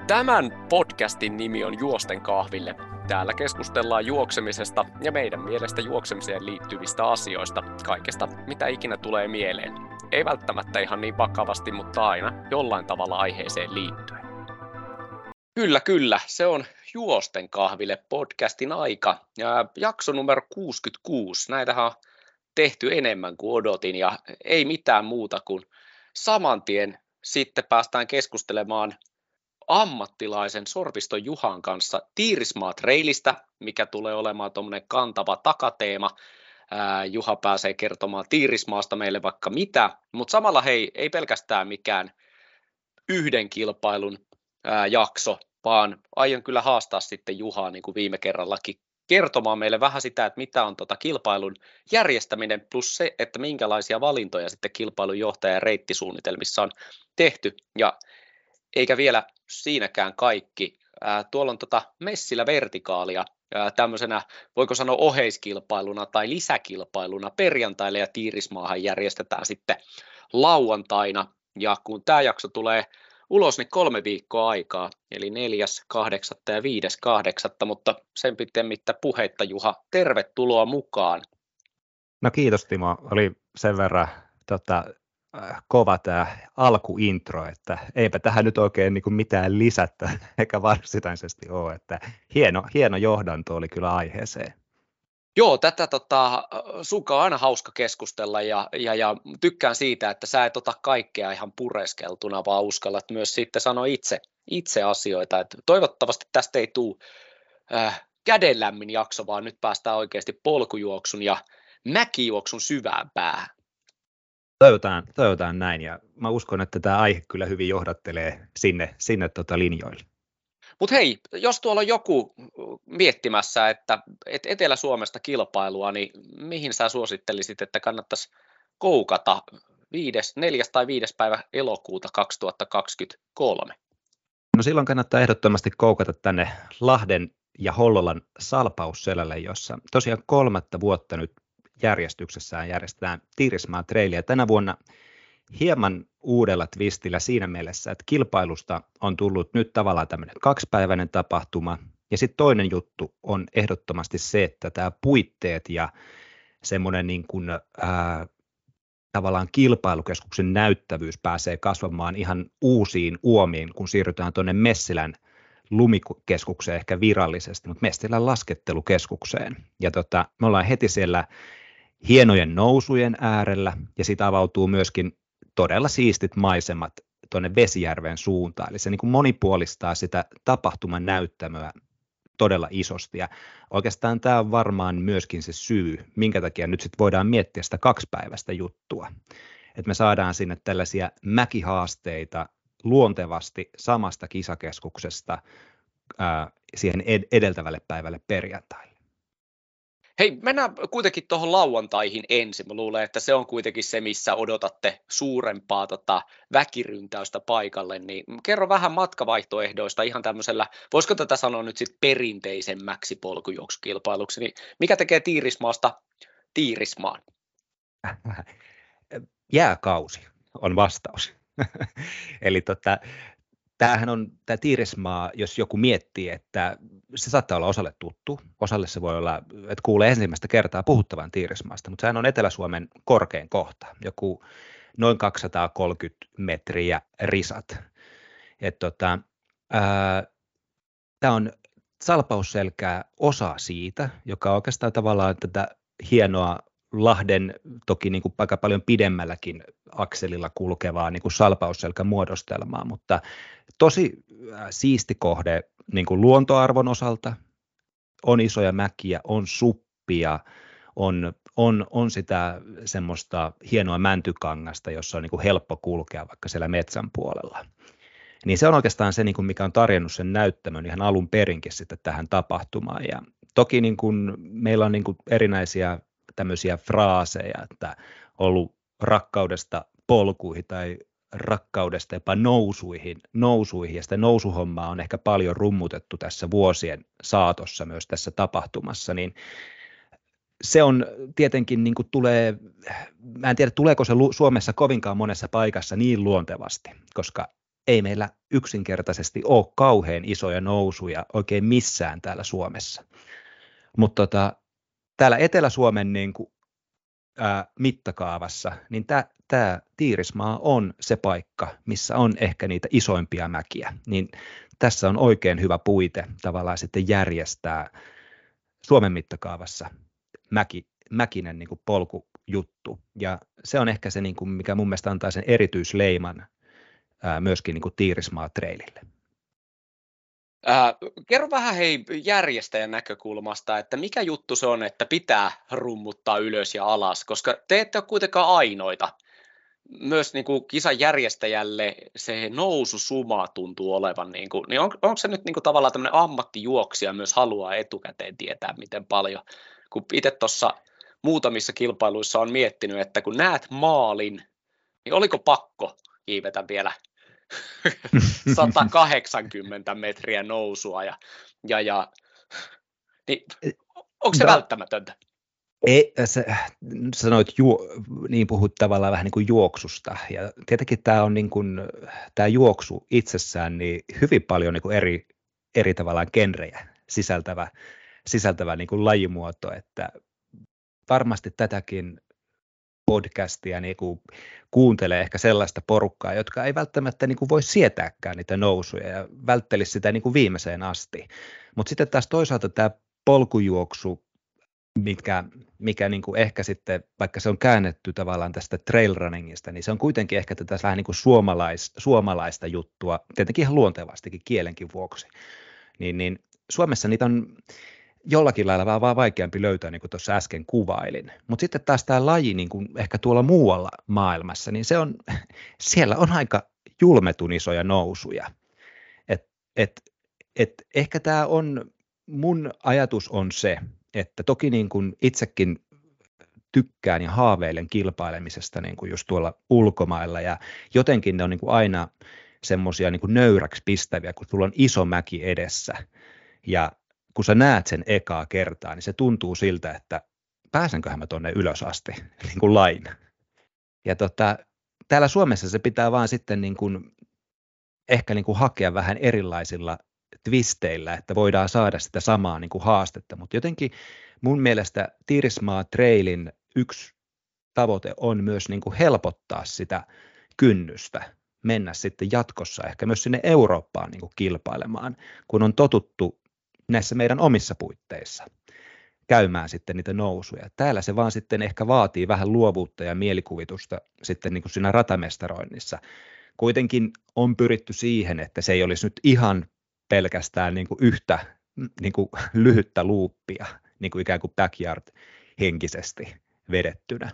Tämän podcastin nimi on Juosten kahville. Täällä keskustellaan juoksemisesta ja meidän mielestä juoksemiseen liittyvistä asioista, kaikesta mitä ikinä tulee mieleen. Ei välttämättä ihan niin vakavasti, mutta aina jollain tavalla aiheeseen liittyen. Kyllä, se on Juosten kahville podcastin aika. Ja jakso numero 66, näitähän on tehty enemmän kuin odotin ja ei mitään muuta kuin saman tien sitten päästään keskustelemaan ammattilaisen Sorviston Juhan kanssa Tiirismaa-treilistä, mikä tulee olemaan tuommoinen kantava takateema. Juha pääsee kertomaan Tiirismaasta meille vaikka mitä, mutta samalla ei pelkästään mikään yhden kilpailun jakso, vaan aion kyllä haastaa sitten Juhaa niin kuin viime kerrallakin kertomaan meille vähän sitä, että mitä on kilpailun järjestäminen plus se, että minkälaisia valintoja sitten kilpailun johtaja- ja reittisuunnitelmissa on tehty. Ja eikä vielä siinäkään kaikki. Tuolla on Messillä Vertikaalia tämmöisenä, voiko sanoa oheiskilpailuna tai lisäkilpailuna perjantaille ja Tiirismaahan järjestetään sitten lauantaina. Ja kun tämä jakso tulee ulos, niin 3 viikkoa aikaa, eli 4.8. ja 5.8. Mutta sen pitemmittä puheitta, Juha, tervetuloa mukaan. No kiitos Timo, oli sen verran kova tämä alkuintro, että eipä tähän nyt oikein niin kuin mitään lisättä, eikä varsinaisesti ole, että hieno johdanto oli kyllä aiheeseen. Joo, tätä sunkaan on aina hauska keskustella ja tykkään siitä, että sä et ota kaikkea ihan pureskeltuna, vaan uskallat myös sitten sanoa itse asioita. Että toivottavasti tästä ei tule kädenlämmin jakso, vaan nyt päästään oikeasti polkujuoksun ja mäkijuoksun syvään päähän. Toivotaan näin, ja mä uskon, että tämä aihe kyllä hyvin johdattelee sinne linjoille. Mutta hei, jos tuolla on joku miettimässä, että Etelä-Suomesta kilpailua, niin mihin sä suosittelisit, että kannattaisi koukata 4. tai 5. päivä elokuuta 2023? No silloin kannattaa ehdottomasti koukata tänne Lahden ja Hollolan Salpausselälle, jossa tosiaan 3. vuotta nyt järjestyksessään järjestetään Tiirismaa-treiliä. Tänä vuonna hieman uudella twistillä siinä mielessä, että kilpailusta on tullut nyt tavallaan tämmöinen 2-päiväinen tapahtuma. Ja sitten toinen juttu on ehdottomasti se, että tämä puitteet ja semmoinen niin kuin, tavallaan kilpailukeskuksen näyttävyys pääsee kasvamaan ihan uusiin uomiin, kun siirrytään tuonne Messilän lumikeskukseen ehkä virallisesti, mutta Messilän laskettelukeskukseen. Ja me ollaan heti siellä hienojen nousujen äärellä, ja siitä avautuu myöskin todella siistit maisemat tuonne Vesijärven suuntaan. Eli se niin kuin monipuolistaa sitä tapahtuman näyttämöä todella isosti. Ja oikeastaan tämä on varmaan myöskin se syy, minkä takia nyt sitten voidaan miettiä sitä 2-päiväistä juttua. Että me saadaan sinne tällaisia mäkihaasteita luontevasti samasta kisakeskuksesta siihen edeltävälle päivälle perjantaille. Hei, mennään kuitenkin tuohon lauantaihin ensin. Mä luulen, että se on kuitenkin se, missä odotatte suurempaa väkiryntäystä paikalle. Niin kerro vähän matkavaihtoehdoista ihan tämmöisellä, voisiko tätä sanoa nyt sitten perinteisemmäksi polkujuoksukilpailuksi, niin mikä tekee Tiirismaasta Tiirismaan? Jääkausi on vastaus. Eli tämähän on tämä Tiirismaa, jos joku miettii, että se saattaa olla osalle tuttu, osalle se voi olla, että kuulee ensimmäistä kertaa puhuttavan Tiirismaasta, mutta sehän on Etelä-Suomen korkein kohta, joku noin 230 metriä risat. Tämä on Salpausselkää osa siitä, joka on oikeastaan tavallaan tätä hienoa Lahden toki niin kuin aika paljon pidemmälläkin akselilla kulkevaa niin kuin Salpausselkä-muodostelmaa, mutta tosi siisti kohde niin kuin luontoarvon osalta, on isoja mäkiä, on suppia, on sitä semmoista hienoa mäntykangasta, jossa on niin kuin helppo kulkea vaikka siellä metsän puolella. Niin se on oikeastaan se, niin kuin mikä on tarjonnut sen näyttämön ihan alun perinkin sitten tähän tapahtumaan. Ja toki niin kuin meillä on niin kuin erinäisiä tämmöisiä fraaseja, että ollut rakkaudesta polkuihin tai rakkaudesta jopa nousuihin, ja sitä nousuhommaa on ehkä paljon rummutettu tässä vuosien saatossa myös tässä tapahtumassa, niin se on tietenkin niin kuin tulee, mä en tiedä tuleeko se Suomessa kovinkaan monessa paikassa niin luontevasti, koska ei meillä yksinkertaisesti ole kauhean isoja nousuja oikein missään täällä Suomessa. Mutta täällä Etelä-Suomen niin kuin, mittakaavassa, niin tämä Tiirismaa on se paikka, missä on ehkä niitä isoimpia mäkiä. Niin tässä on oikein hyvä puite tavallaan sitten järjestää Suomen mittakaavassa mäkinen niin kuin polkujuttu. Ja se on ehkä se, niin kuin, mikä mun mielestä antaa sen erityisleiman myöskin niin kuin Tiirismaa Trailille. Kerro vähän järjestäjän näkökulmasta, että mikä juttu se on, että pitää rummuttaa ylös ja alas, koska te ette ole kuitenkaan ainoita. Myös niin kuin kisan järjestäjälle se noususuma tuntuu olevan, niin onko se nyt niin kuin tavallaan tämmöinen ammattijuoksija myös haluaa etukäteen tietää, miten paljon, kun itse tuossa muutamissa kilpailuissa on miettinyt, että kun näet maalin, niin oliko pakko kiivetä vielä 180 metriä nousua niin, onko se välttämätöntä? Ei, sanoit, niin puhut tavallaan vähän niin kuin juoksusta, ja tietenkin tämä on niin kuin, tämä juoksu itsessään niin hyvin paljon niin kuin eri tavallaan genrejä sisältävä niin kuin lajimuoto, että varmasti tätäkin podcastia niin kuin kuuntelee ehkä sellaista porukkaa, jotka ei välttämättä niin kuin voi sietääkään niitä nousuja ja välttelisi sitä niin kuin viimeiseen asti. Mutta sitten taas toisaalta tämä polkujuoksu, mikä niin kuin ehkä sitten, vaikka se on käännetty tavallaan tästä trailrunningista, niin se on kuitenkin ehkä tätä vähän niin kuin suomalaista juttua, tietenkin ihan luontevastikin kielenkin vuoksi. Niin Suomessa niitä on jollakin lailla vaan vaikeampi löytää, niin kuin tuossa äsken kuvailin. Mutta sitten taas tämä laji niin kuin ehkä tuolla muualla maailmassa, niin siellä on aika julmetun isoja nousuja. Ehkä tämä on, mun ajatus on se, että toki niin kuin itsekin tykkään ja haaveilen kilpailemisesta niin kuin just tuolla ulkomailla, ja jotenkin ne on niin kuin aina semmoisia niin kuin nöyräksi pistäviä, kun sulla on iso mäki edessä, ja kun sä näet sen ekaa kertaa, niin se tuntuu siltä, että pääsenköhän mä tonne ylös asti, niin kuin lain. Ja täällä Suomessa se pitää vaan sitten niin kuin, ehkä niin kuin hakea vähän erilaisilla twisteillä, että voidaan saada sitä samaa niin kuin haastetta, mutta jotenkin mun mielestä Tiirismaa Trailin yksi tavoite on myös niin kuin helpottaa sitä kynnystä, mennä sitten jatkossa ehkä myös sinne Eurooppaan niin kuin kilpailemaan, kun on totuttu näissä meidän omissa puitteissa käymään sitten niitä nousuja. Täällä se vaan sitten ehkä vaatii vähän luovuutta ja mielikuvitusta sitten niin kuin siinä ratamestaroinnissa. Kuitenkin on pyritty siihen, että se ei olisi nyt ihan pelkästään niin kuin yhtä niin kuin lyhyttä luuppia, niin kuin ikään kuin backyard-henkisesti vedettynä.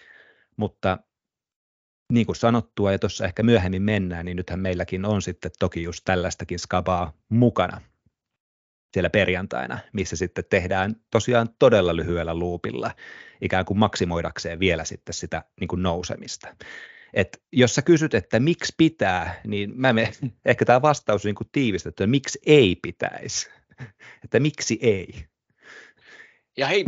Mutta niin kuin sanottua, ja tuossa ehkä myöhemmin mennään, niin nythän meilläkin on sitten toki just tällaistakin skabaa mukana siellä perjantaina, missä sitten tehdään tosiaan todella lyhyellä luupilla, ikään kuin maksimoidakseen vielä sitten sitä niin kuin nousemista. Et jos sä kysyt, että miksi pitää, niin ehkä tämä vastaus niin kuin tiivistä, että miksi ei pitäisi, että miksi ei. Ja hei,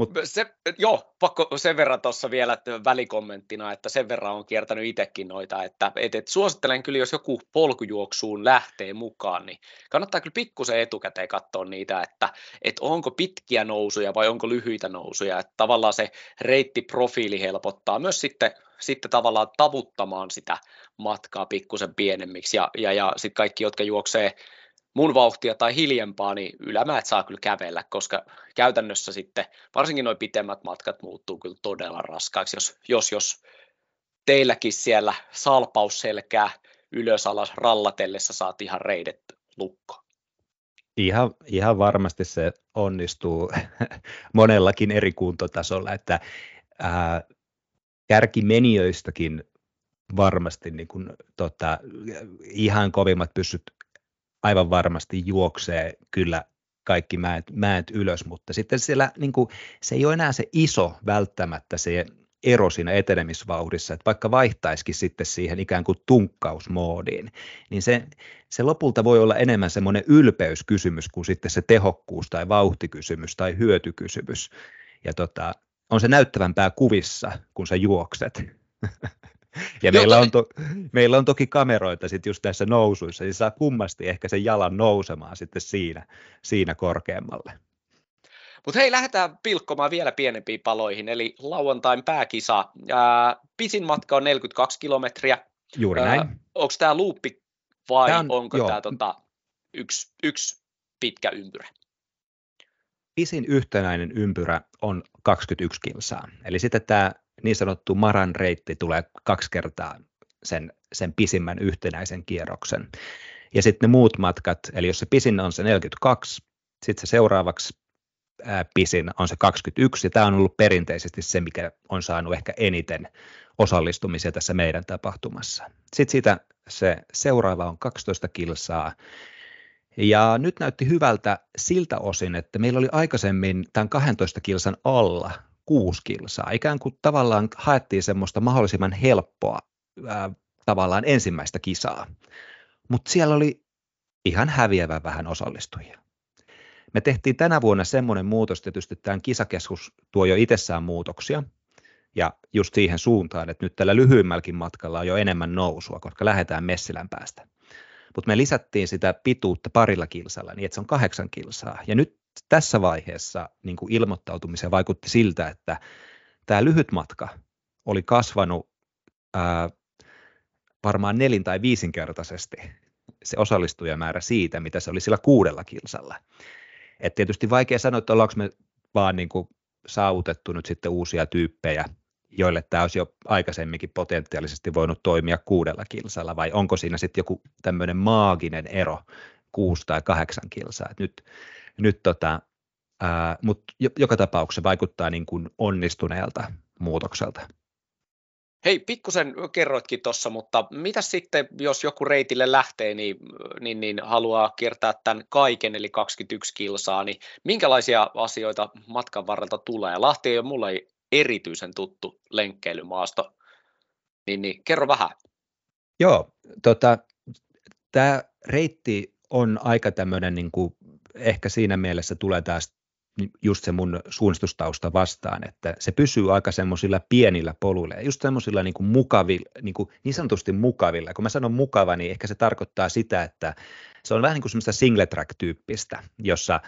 pakko sen verran tuossa vielä välikommenttina, että sen verran on kiertänyt itsekin noita, että suosittelen kyllä, jos joku polkujuoksuun lähtee mukaan, niin kannattaa kyllä pikkusen etukäteen katsoa niitä, että onko pitkiä nousuja vai onko lyhyitä nousuja, että tavallaan se reittiprofiili helpottaa myös sitten tavallaan tavuttamaan sitä matkaa pikkusen pienemmiksi, ja sitten kaikki, jotka juoksee mun vauhtia tai hiljempaa, niin ylämäät saa kyllä kävellä, koska käytännössä sitten varsinkin nuo pitemmät matkat muuttuu kyllä todella raskaaksi, jos teilläkin siellä salpausselkää ylös alas rallatellessa saat ihan reidet lukkoon. Ihan varmasti se onnistuu monellakin eri kuntotasolla, että kärkimenijöistäkin varmasti niin kun, ihan kovimmat pystyt aivan varmasti juoksee kyllä kaikki mäet ylös, mutta sitten siellä niin kuin, se ei ole enää se iso välttämättä se ero siinä etenemisvauhdissa, että vaikka vaihtaisikin sitten siihen ikään kuin tunkkausmoodiin, niin se lopulta voi olla enemmän semmoinen ylpeyskysymys kuin sitten se tehokkuus tai vauhtikysymys tai hyötykysymys. Ja on se näyttävämpää kuvissa, kun sä juokset. Ja Joo, meillä on toki kameroita sitten just näissä nousuissa, niin saa kummasti ehkä sen jalan nousemaan sitten siinä korkeammalle. mutta hei, lähdetään pilkkomaan vielä pienempiin paloihin, eli lauantain pääkisa. Pisin matka on 42 kilometriä. Juuri näin. Onko tämä luuppi vai onko joo, tämä yksi pitkä ympyrä? Pisin yhtenäinen ympyrä on 21 kilsaa, eli sitten tämä niin sanottu Maran reitti tulee 2 kertaa sen pisimmän yhtenäisen kierroksen. Ja sitten ne muut matkat, eli jos se pisin on se 42, sitten se seuraavaksi pisin on se 21, ja tämä on ollut perinteisesti se, mikä on saanut ehkä eniten osallistumisia tässä meidän tapahtumassa. Sitten siitä se seuraava on 12 kilsaa, ja nyt näytti hyvältä siltä osin, että meillä oli aikaisemmin tämän 12 kilsan alla 6 kilsaa, ikään kuin tavallaan haettiin semmoista mahdollisimman helppoa tavallaan ensimmäistä kisaa, mutta siellä oli ihan häviävän vähän osallistujia. Me tehtiin tänä vuonna semmoinen muutos, tietysti tämän kisakeskus tuo jo itsessään muutoksia, ja just siihen suuntaan, että nyt tällä lyhyemmälläkin matkalla on jo enemmän nousua, koska lähdetään Messilän päästä. Mutta me lisättiin sitä pituutta 2 kilsalla, niin että se on 8 kilsaa. Ja nyt tässä vaiheessa niin kuin ilmoittautumiseen vaikutti siltä, että tämä lyhyt matka oli kasvanut varmaan 4- tai 5-kertaisesti se osallistujamäärä siitä, mitä se oli sillä 6 kilsalla. Et tietysti vaikea sanoa, että ollaanko me vaan niin kuin saavutettu nyt sitten uusia tyyppejä, joille tämä olisi jo aikaisemminkin potentiaalisesti voinut toimia 6 kilsalla, vai onko siinä sitten joku tämmöinen maaginen ero 6 tai 8 kilsaa. Mutta joka tapauksessa vaikuttaa niin kuin onnistuneelta muutokselta. Hei, pikkusen kerroitkin tuossa, mutta mitä sitten, jos joku reitille lähtee, niin haluaa kiertää tämän kaiken, eli 21 kilsaa, niin minkälaisia asioita matkan varrelta tulee? Lahti ei ole mulle erityisen tuttu lenkkeilymaasto, niin kerro vähän. Joo, tämä reitti on aika tämmöinen, niin kuin, ehkä siinä mielessä tulee taas just se mun suunnistustausta vastaan, että se pysyy aika semmoisilla pienillä poluilla ja just semmoisilla niin sanotusti mukavilla. Kun mä sanon mukava, niin ehkä se tarkoittaa sitä, että se on vähän niin kuin semmoista single track-tyyppistä, jossa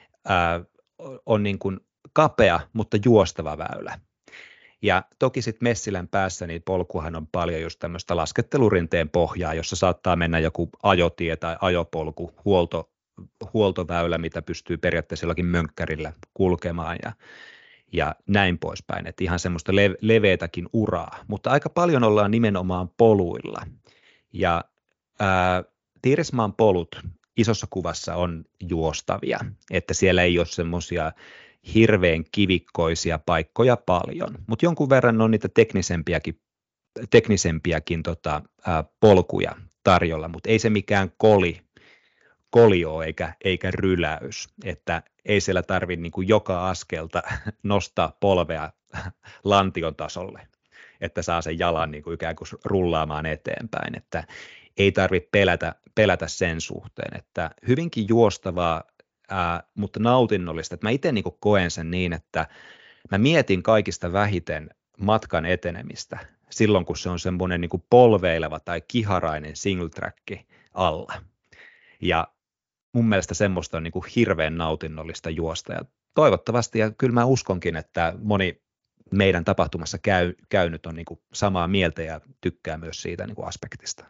on niin kuin kapea, mutta juostava väylä. Ja toki sitten Messilän päässä niin polkuhan on paljon just tämmöistä laskettelurinteen pohjaa, jossa saattaa mennä joku ajotie tai ajopolku, huoltoväylä, mitä pystyy periaatteessa jollakin mönkkärillä kulkemaan ja näin poispäin. Että ihan semmoista leveätäkin uraa, mutta aika paljon ollaan nimenomaan poluilla. Ja Tiirismaan polut isossa kuvassa on juostavia, että siellä ei ole semmoisia hirveän kivikkoisia paikkoja paljon, mutta jonkun verran on niitä teknisempiäkin polkuja tarjolla, mutta ei se mikään koli ole eikä ryläys, että ei siellä tarvitse niin kuin joka askelta nostaa polvea lantion tasolle, että saa sen jalan niin kuin ikään kuin rullaamaan eteenpäin, että ei tarvitse pelätä sen suhteen, että hyvinkin juostavaa, mutta nautinnollista. Että mä itse niin kuin koen sen niin, että mä mietin kaikista vähiten matkan etenemistä silloin, kun se on semmoinen niin kuin polveileva tai kiharainen single track alla. Ja mun mielestä semmoista on niin kuin hirveän nautinnollista juosta. Ja toivottavasti, ja kyllä mä uskonkin, että moni meidän tapahtumassa käynyt on niin kuin samaa mieltä ja tykkää myös siitä niin kuin aspektista.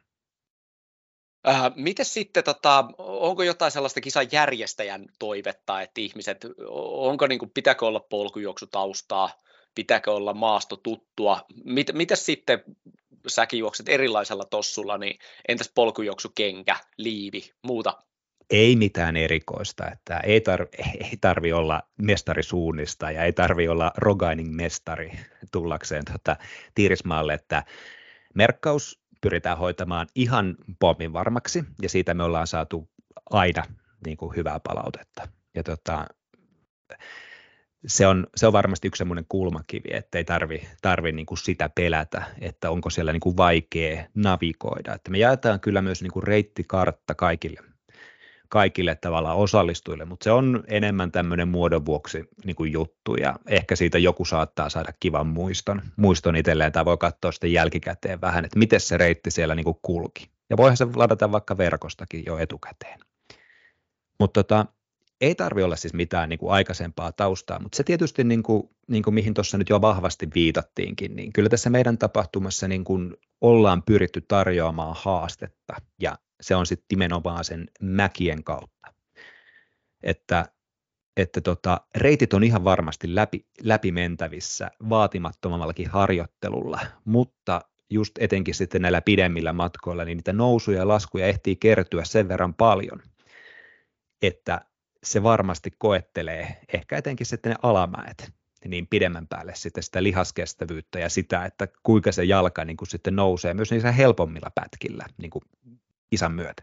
Miten sitten, onko jotain sellaista kisan järjestäjän toivetta, että ihmiset, pitääkö olla polkujuoksutaustaa, pitääkö olla maasto tuttua, mitä sitten säkin juokset erilaisella tossulla, niin entäs polkujuoksukenkä, liivi, muuta? Ei mitään erikoista, että ei tarvi olla mestarisuunnista ja ei tarvi olla Rogaining-mestari tullakseen Tiirismaalle, että merkkaus pyritään hoitamaan ihan pommin varmaksi ja siitä me ollaan saatu aina niin kuin hyvää palautetta. Ja se on varmasti yksi semmoinen kulmakivi, että ei tarvi niin kuin sitä pelätä, että onko siellä niin kuin vaikea navigoida. Että me jaetaan kyllä myös niin kuin reittikartta kaikille tavallaan osallistujille, mutta se on enemmän tämmöinen muodon vuoksi niin kuin juttu, ja ehkä siitä joku saattaa saada kivan muiston itselleen, tai voi katsoa sitten jälkikäteen vähän, että miten se reitti siellä niin kuin kulki. Ja voihan se ladata vaikka verkostakin jo etukäteen. Mutta ei tarvitse olla siis mitään niin kuin aikaisempaa taustaa, mutta se tietysti, niin kuin mihin tuossa nyt jo vahvasti viitattiinkin, niin kyllä tässä meidän tapahtumassa niin kuin ollaan pyritty tarjoamaan haastetta, ja se on sitten nimenomaan sen mäkien kautta. Että reitit on ihan varmasti läpimentävissä vaatimattomammallakin harjoittelulla, mutta just etenkin sitten näillä pidemmillä matkoilla, niin niitä nousuja ja laskuja ehtii kertyä sen verran paljon, että se varmasti koettelee ehkä etenkin sitten ne alamäet niin pidemmän päälle sitten sitä lihaskestävyyttä ja sitä, että kuinka se jalka niin kuin sitten nousee myös niissä helpommilla pätkillä niin kuin kisan myötä.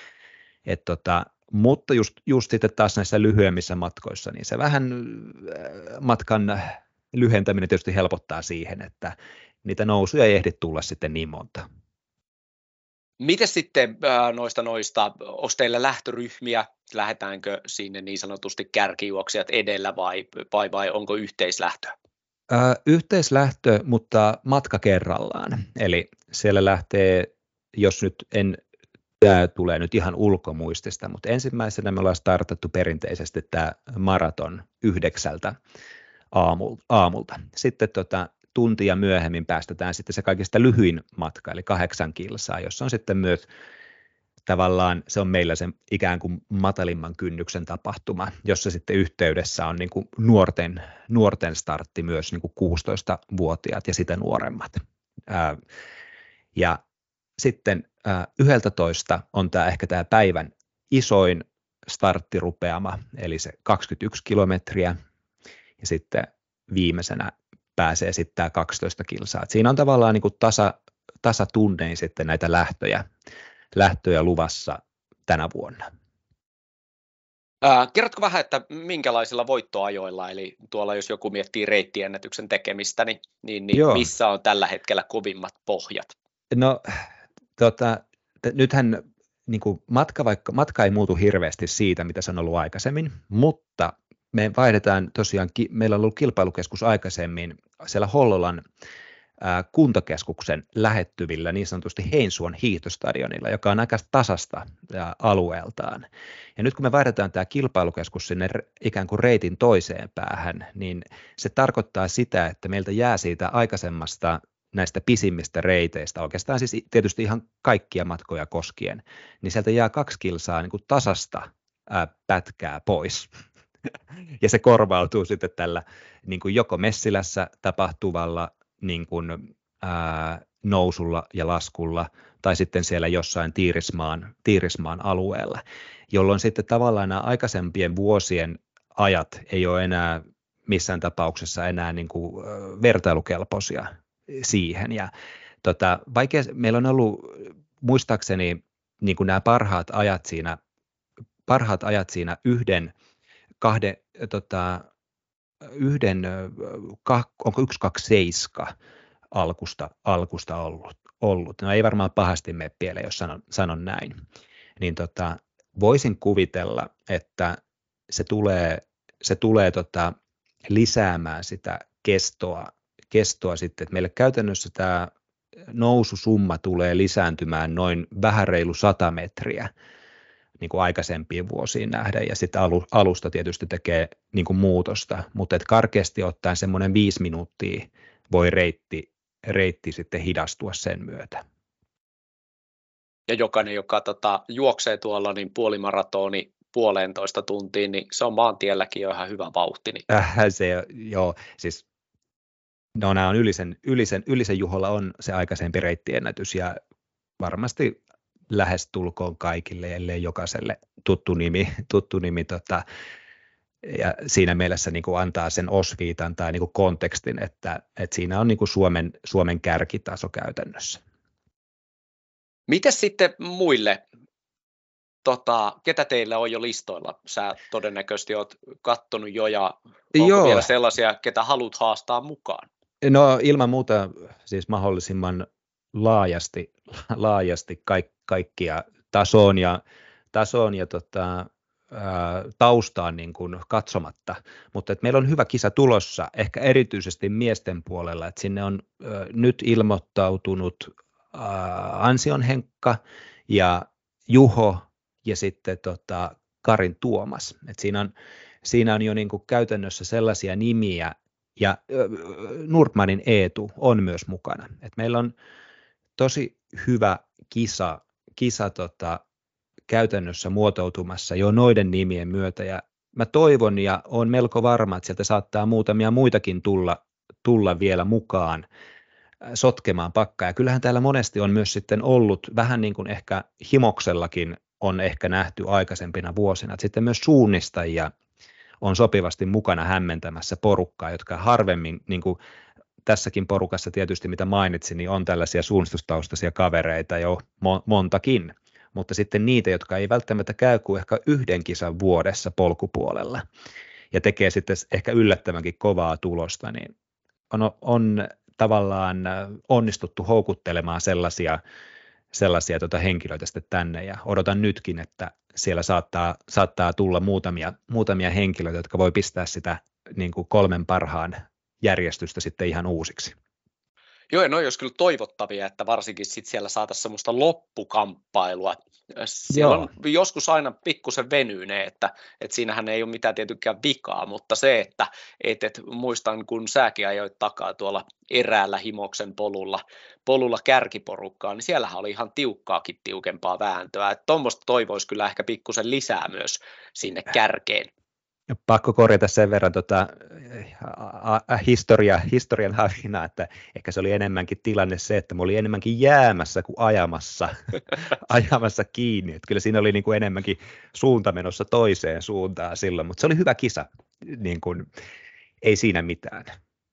Mutta just sitten taas näissä lyhyemmissä matkoissa, niin se vähän matkan lyhentäminen tietysti helpottaa siihen, että niitä nousuja ei ehdi tulla sitten niin monta. Miten sitten noista, onko teillä lähtöryhmiä, lähdetäänkö sinne niin sanotusti kärkijuoksijat edellä vai onko yhteislähtö? Yhteislähtö, mutta matka kerrallaan. Eli siellä lähtee, jos nyt tämä tulee nyt ihan ulkomuistista, mutta ensimmäisenä me ollaan startattu perinteisesti tämä maraton 9 aamulta. Sitten tuntia myöhemmin päästetään sitten se kaikista lyhyin matka, eli 8 kilsaa, jossa on sitten myös tavallaan, se on meillä se ikään kuin matalimman kynnyksen tapahtuma, jossa sitten yhteydessä on niin kuin nuorten startti myös niin kuin 16-vuotiaat ja sitä nuoremmat. Ja sitten 11 on ehkä tämä päivän isoin starttirupeama, eli se 21 kilometriä, ja sitten viimeisenä pääsee sitten tämä 12 kilsaa. Et siinä on tavallaan niin kuin tasatunnein sitten näitä lähtöjä luvassa tänä vuonna. Kerrotko vähän, että minkälaisilla voittoajoilla, eli tuolla jos joku miettii reittiennätyksen tekemistä, niin missä on tällä hetkellä kovimmat pohjat? No nythän niin kuin matka ei muutu hirveästi siitä, mitä se on ollut aikaisemmin, mutta me vaihdetaan tosiaan, meillä on ollut kilpailukeskus aikaisemmin siellä Hollolan kuntokeskuksen lähettyvillä niin sanotusti Heinsuon hiihtostadionilla, joka on aika tasasta alueeltaan. Ja nyt kun me vaihdetaan tämä kilpailukeskus sinne ikään kuin reitin toiseen päähän, niin se tarkoittaa sitä, että meiltä jää siitä aikaisemmasta näistä pisimmistä reiteistä, oikeastaan siis tietysti ihan kaikkia matkoja koskien, niin sieltä jää 2 kilsaa niin kuin tasasta pätkää pois. Ja se korvautuu sitten tällä niin kuin joko Messilässä tapahtuvalla niin kuin, nousulla ja laskulla, tai sitten siellä jossain Tiirismaan alueella, jolloin sitten tavallaan nämä aikaisempien vuosien ajat ei ole enää missään tapauksessa enää niin kuin vertailukelpoisia siihen. Ja meillä on ollut muistaakseni niin kuin nämä parhaat ajat siinä onko 1.27 alkusta ollut. No ei varmaan pahasti mene pieleen, jos sanon näin. Niin voisin kuvitella, että se tulee lisäämään sitä kestoa sitten, että meille käytännössä tämä noususumma tulee lisääntymään noin vähän reilu 100 metriä niin kuin aikaisempiin vuosiin nähden, ja sitten alusta tietysti tekee niin kuin muutosta, mutta karkeasti ottaen semmoinen 5 minuuttia voi reitti sitten hidastua sen myötä. Ja jokainen, joka juoksee tuolla, niin puolimaratoni 1,5 tuntiin, niin se on maantielläkin jo ihan hyvä vauhti. Niin. Siis nämä on Ylisen Juholla on se aikaisempi reittiennätys, ja varmasti lähes tulkoon kaikille, ellei jokaiselle tuttu nimi ja siinä mielessä niin kuin antaa sen osviitan tai niin kuin kontekstin, että siinä on niin kuin Suomen kärkitaso käytännössä. Mites sitten muille, ketä teillä on jo listoilla? Sä todennäköisesti oot kattonut jo, ja onko vielä sellaisia, ketä haluat haastaa mukaan? No ilman muuta siis mahdollisimman laajasti kaikkia tasoon ja tasoon ja taustaan niin kuin katsomatta, mutta että meillä on hyvä kisa tulossa, ehkä erityisesti miesten puolella, että sinne on nyt ilmoittautunut Ansion Henkka ja Juho ja sitten Karin Tuomas. Et siinä on jo niin kuin käytännössä sellaisia nimiä, ja Nordmanin Eetu on myös mukana. Et meillä on tosi hyvä kisa käytännössä muotoutumassa jo noiden nimien myötä, ja mä toivon ja olen melko varma, että sieltä saattaa muutamia muitakin tulla vielä mukaan sotkemaan pakkaa, ja kyllähän täällä monesti on myös sitten ollut, vähän niin kuin ehkä Himoksellakin on ehkä nähty aikaisempina vuosina, että sitten myös suunnistajia on sopivasti mukana hämmentämässä porukkaa, jotka harvemmin, niin kuin tässäkin porukassa tietysti mitä mainitsin, niin on tällaisia suunnistustaustaisia kavereita jo montakin, mutta sitten niitä, jotka ei välttämättä käy kuin ehkä yhden kisan vuodessa polkupuolella ja tekee sitten ehkä yllättävänkin kovaa tulosta, niin on tavallaan onnistuttu houkuttelemaan sellaisia henkilöitä sitten tänne, ja odotan nytkin, että siellä saattaa tulla muutamia henkilöitä, jotka voi pistää sitä niin kuin 3 parhaan järjestystä sitten ihan uusiksi. Joo, ja noi olisi kyllä toivottavia, että varsinkin sit siellä saataisiin semmoista loppukamppailua. Siellä on joskus aina pikkusen venyy ne, että siinähän ei ole mitään tietenkään vikaa, mutta se, että muistan, kun säkin ajoit takaa tuolla eräällä Himoksen polulla kärkiporukkaa, niin siellähän oli ihan tiukempaa vääntöä. Että tuommoista toivoisi kyllä ehkä pikkusen lisää myös sinne kärkeen. Pakko korjata sen verran historian havinaa, että ehkä se oli enemmänkin tilanne se, että mä olin enemmänkin jäämässä kuin ajamassa kiinni. Että kyllä siinä oli niin kuin enemmänkin suunta menossa toiseen suuntaan silloin, mutta se oli hyvä kisa, niin kuin, ei siinä mitään.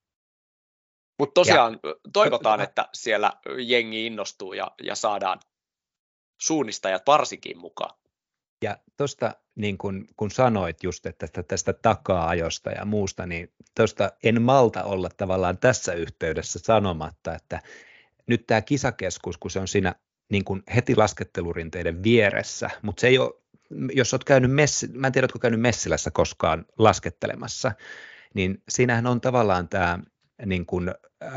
Mutta tosiaan toivotaan, että siellä jengi innostuu ja saadaan suunnistajat varsinkin mukaan. Ja tuosta, niin kun sanoit just, että tästä taka-ajosta ja muusta, niin tuosta en malta olla tavallaan tässä yhteydessä sanomatta, että nyt tämä kisakeskus, kun se on siinä niin kun heti laskettelurinteiden vieressä, mutta se ei ole, jos olet käynyt mä en tiedä, oletko käynyt Messilässä koskaan laskettelemassa, niin siinähän on tavallaan tämä niin kun,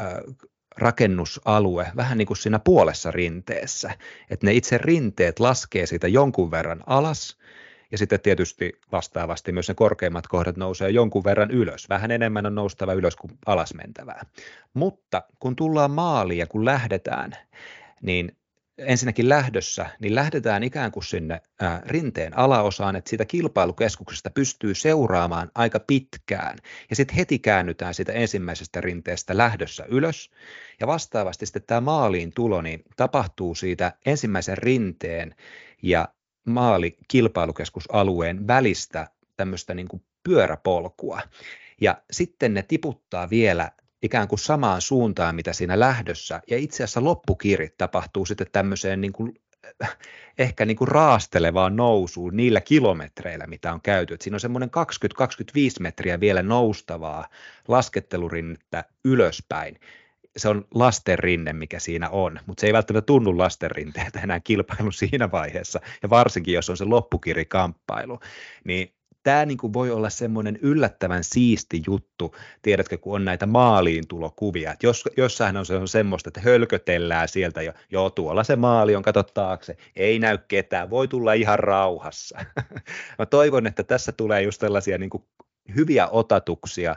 rakennusalue vähän niin kuin siinä puolessa rinteessä, että ne itse rinteet laskee siitä jonkun verran alas, ja sitten tietysti vastaavasti myös ne korkeimmat kohdat nousee jonkun verran ylös. Vähän enemmän on noustava ylös kuin alas mentävää. Mutta kun tullaan maaliin ja kun lähdetään, niin ensinnäkin lähdössä, niin lähdetään ikään kuin sinne rinteen alaosaan, että siitä kilpailukeskuksesta pystyy seuraamaan aika pitkään, ja sitten heti käännytään siitä ensimmäisestä rinteestä lähdössä ylös, ja vastaavasti sitten tämä maaliin tulo niin tapahtuu siitä ensimmäisen rinteen ja maalikilpailukeskusalueen välistä tämmöistä niin kuin pyöräpolkua, ja sitten ne tiputtaa vielä ikään kuin samaan suuntaan, mitä siinä lähdössä, ja itse asiassa loppukirit tapahtuu sitten tämmöiseen niin kuin, ehkä niin kuin raastelevaan nousuun niillä kilometreillä, mitä on käyty. Et siinä on semmoinen 20-25 metriä vielä noustavaa laskettelurinnettä ylöspäin. Se on lastenrinne, mikä siinä on, mutta se ei välttämättä tunnu lastenrinteeltä enää kilpailun siinä vaiheessa, ja varsinkin, jos on se loppukirikamppailu, niin tämä niin kuin voi olla semmoinen yllättävän siisti juttu, tiedätkö, kun on näitä maaliintulokuvia, että jossain on semmoista, että hölkötellään sieltä jo, joo, tuolla se maali on, kato taakse, ei näy ketään, voi tulla ihan rauhassa. Mä toivon, että tässä tulee just tällaisia niin kuin hyviä otatuksia,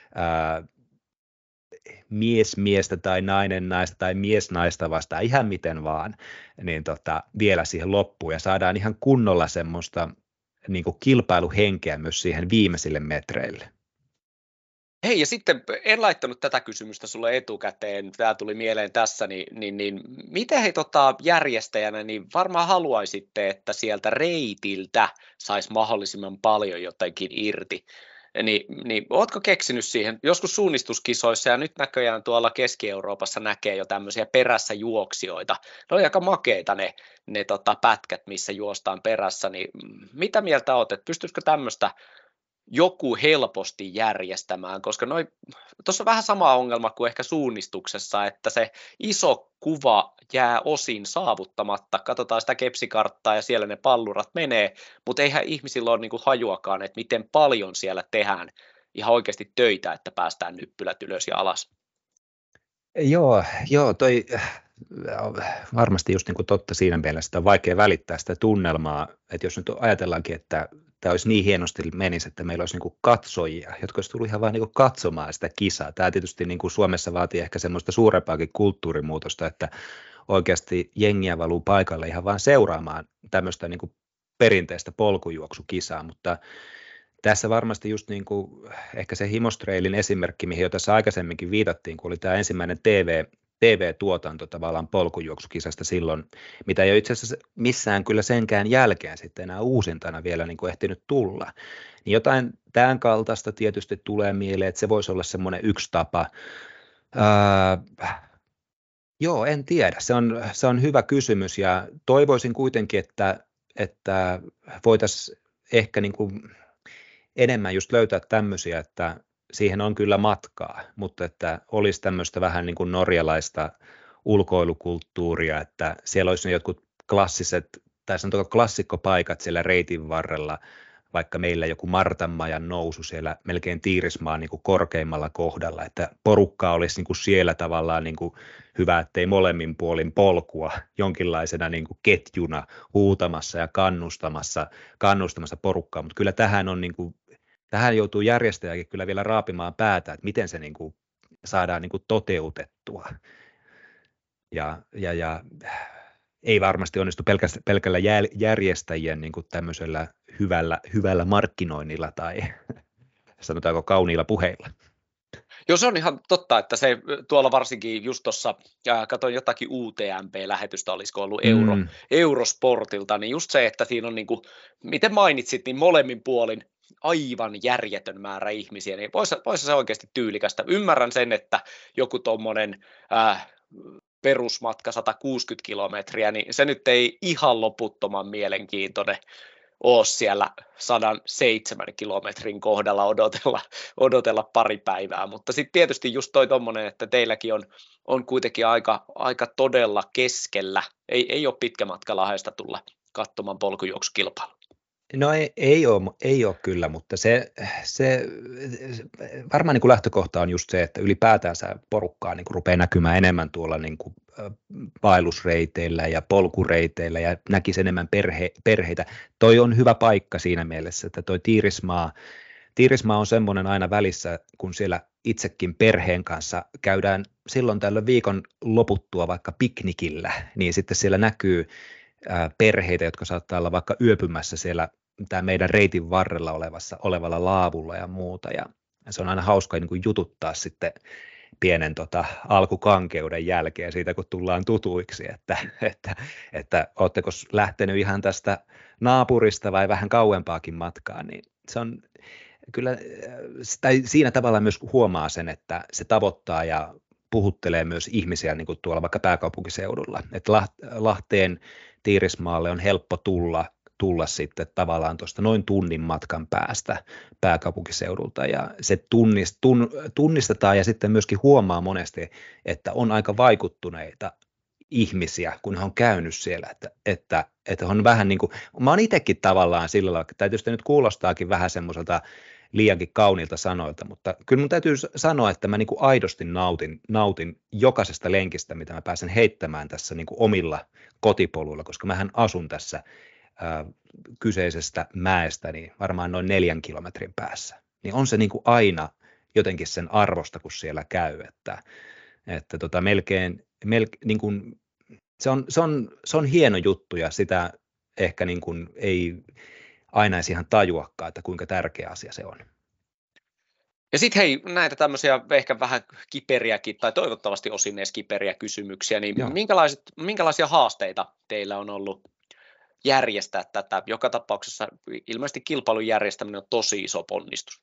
mies miestä tai nainen naista tai mies naista vastaan, ihan miten vaan, niin vielä siihen loppuun, ja saadaan ihan kunnolla semmoista niin kuin kilpailuhenkeä myös siihen viimeisille metreille. Hei, ja sitten en laittanut tätä kysymystä sulle etukäteen, tämä tuli mieleen tässä, niin miten he järjestäjänä, niin varmaan haluaisitte, että reitiltä saisi mahdollisimman paljon jotenkin irti. Niin ootko keksinyt siihen, joskus suunnistuskisoissa, ja nyt näköjään tuolla Keski-Euroopassa näkee jo tämmöisiä perässä juoksijoita. Ne oli aika makeita ne pätkät, missä juostaan perässä, niin mitä mieltä oot, että pystyisikö tämmöistä joku helposti järjestämään, koska tuossa on vähän sama ongelma kuin ehkä suunnistuksessa, että se iso kuva jää osin saavuttamatta. Katsotaan sitä kepsikarttaa ja siellä ne pallurat menee, mutta eihän ihmisillä ole niinku hajuakaan, että miten paljon siellä tehdään ihan oikeasti töitä, että päästään nyppylät ylös ja alas. Joo, toi varmasti just niin kuin totta siinä mielessä, että on vaikea välittää sitä tunnelmaa, että jos nyt ajatellaankin, että tämä olisi niin hienosti menisi, että meillä olisi niin kuin katsojia, jotka olisi tullut ihan vaan niin kuin katsomaan sitä kisaa. Tämä tietysti niin kuin Suomessa vaatii ehkä semmoista suurempaakin kulttuurimuutosta, että oikeasti jengiä valuu paikalle ihan vaan seuraamaan tämmöistä niin kuin perinteistä polkujuoksukisaa, mutta tässä varmasti just niin kuin ehkä se Himostreilin esimerkki, mihin jo tässä aikaisemminkin viitattiin, kun oli tämä ensimmäinen TV-tuotanto tavallaan polkujuoksukisasta silloin, mitä ei ole itse asiassa missään kyllä senkään jälkeen sitten enää uusintana vielä niin kuin ehtinyt tulla. Niin jotain tämän kaltaista tietysti tulee mieleen, että se voisi olla semmoinen yksi tapa. Joo, en tiedä. Se on hyvä kysymys ja toivoisin kuitenkin, että voitaisiin ehkä niin kuin enemmän just löytää tämmöisiä, että siihen on kyllä matkaa, mutta että olisi tämmöistä vähän niin kuin norjalaista ulkoilukulttuuria, että siellä olisi ne jotkut klassiset, tai sanotaanko klassikkopaikat siellä reitin varrella, vaikka meillä joku Martanmajan nousu siellä melkein Tiirismaan niin kuin korkeimmalla kohdalla, että porukka olisi niin kuin siellä tavallaan niin kuin hyvä, ettei molemmin puolin polkua jonkinlaisena niin kuin ketjuna huutamassa ja kannustamassa porukkaa, mutta kyllä tähän joutuu järjestäjäkin kyllä vielä raapimaan päätä, että miten se niin kuin saadaan niin kuin toteutettua. Ja ei varmasti onnistu pelkällä järjestäjien niin kuin tämmöisellä hyvällä markkinoinnilla tai sanotaanko kauniilla puheilla. Joo, se on ihan totta, että se tuolla varsinkin just tuossa, katsoin jotakin UTMP-lähetystä, olisiko ollut Eurosportilta, niin just se, että siinä on niin kuin, miten mainitsit, niin molemmin puolin aivan järjetön määrä ihmisiä, niin voisi se oikeasti tyylikästä. Ymmärrän sen, että joku tuommoinen perusmatka 160 kilometriä, niin se nyt ei ihan loputtoman mielenkiintoinen ole siellä 107 kilometrin kohdalla odotella pari päivää, mutta sitten tietysti just toi tommonen, että teilläkin on kuitenkin aika todella keskellä, ei ole pitkä matka Lahdesta tulla katsomaan polkujuoksukilpailu. No ei ole kyllä, mutta se varmaan niin kuin lähtökohta on just se, että ylipäätänsä porukkaa niin kuin rupeaa näkymään enemmän tuolla niin kuin vaellusreiteillä ja polkureiteillä ja näkisi enemmän perheitä. Toi on hyvä paikka siinä mielessä, että toi Tiirismaa on semmoinen aina välissä, kun siellä itsekin perheen kanssa käydään silloin tällöin viikon loputtua vaikka piknikillä, niin sitten siellä näkyy perheitä, jotka saattaa olla vaikka yöpymässä siellä tämä meidän reitin varrella olevalla laavulla ja muuta, ja se on aina hauska niin kuin jututtaa sitten pienen alkukankeuden jälkeen siitä, kun tullaan tutuiksi, että ootteko lähtenyt ihan tästä naapurista vai vähän kauempaakin matkaan, niin se on kyllä, tai siinä tavalla myös huomaa sen, että se tavoittaa ja puhuttelee myös ihmisiä niin kuin tuolla vaikka pääkaupunkiseudulla, että Lahteen Tiirismaalle on helppo tulla sitten tavallaan tuosta noin tunnin matkan päästä pääkaupunkiseudulta ja se tunnistetaan ja sitten myöskin huomaa monesti, että on aika vaikuttuneita ihmisiä, kun he on käynyt siellä, että on vähän niin kuin, mä oon itsekin tavallaan sillä lailla, että tietysti nyt kuulostaakin vähän semmoiselta liiankin kauniilta sanoilta, mutta kyllä mun täytyy sanoa, että mä niin kuin aidosti nautin jokaisesta lenkistä, mitä mä pääsen heittämään tässä niin kuin omilla kotipoluilla, koska mähän asun tässä kyseisestä mäestä niin varmaan noin 4 kilometrin päässä, niin on se niin kuin aina jotenkin sen arvosta, kun siellä käy, että melkein niin kuin, se on hieno juttu ja sitä ehkä niin kuin ei aina edes ihan tajuakaan, että kuinka tärkeä asia se on. Ja sitten hei, näitä tämmöisiä ehkä vähän kiperiäkin, tai toivottavasti osin edes kiperiä kysymyksiä, niin minkälaisia haasteita teillä on ollut järjestää tätä? Joka tapauksessa ilmeisesti kilpailun järjestäminen on tosi iso ponnistus.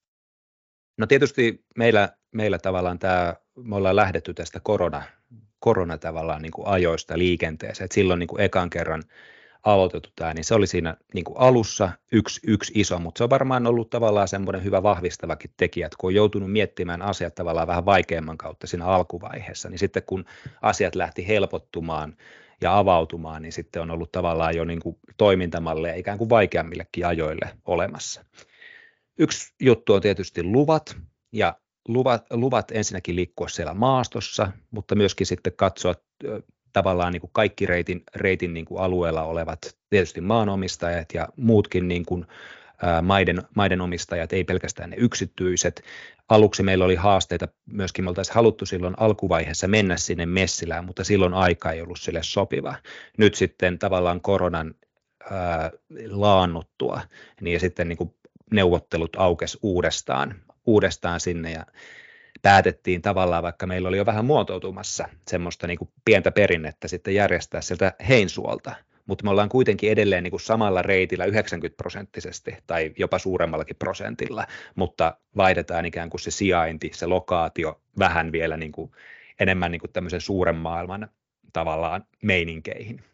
No tietysti meillä tavallaan me ollaan lähdetty tästä korona tavallaan niin kuin ajoista liikenteeseen, että silloin niin kuin ekan kerran aloitettu tämä, niin se oli siinä niin kuin alussa yksi iso, mutta se on varmaan ollut tavallaan semmoinen hyvä vahvistavakin tekijä, että kun on joutunut miettimään asiat tavallaan vähän vaikeamman kautta siinä alkuvaiheessa, niin sitten kun asiat lähti helpottumaan ja avautumaan, niin sitten on ollut tavallaan jo niin kuin toimintamalleja ikään kuin vaikeammillekin ajoille olemassa. Yksi juttu on tietysti luvat, ja luvat ensinnäkin liikkua siellä maastossa, mutta myöskin sitten katsoa tavallaan niin kuin kaikki reitin niin kuin alueella olevat tietysti maanomistajat ja muutkin niin kuin maiden omistajat, ei pelkästään ne yksityiset. Aluksi meillä oli haasteita, myöskin me oltaisiin haluttu silloin alkuvaiheessa mennä sinne Messilään, mutta silloin aika ei ollut sille sopiva. Nyt sitten tavallaan koronan laannuttua, niin sitten niin kuin neuvottelut aukesi uudestaan sinne ja päätettiin tavallaan, vaikka meillä oli jo vähän muotoutumassa semmoista niin kuin pientä perinnettä sitten järjestää sieltä Heinsuolta, mutta me ollaan kuitenkin edelleen niin kuin samalla reitillä 90% tai jopa suuremmallakin prosentilla, mutta vaihdetaan ikään kuin se sijainti, se lokaatio vähän vielä niin kuin enemmän niin kuin tämmöisen suuren maailman tavallaan meininkeihin.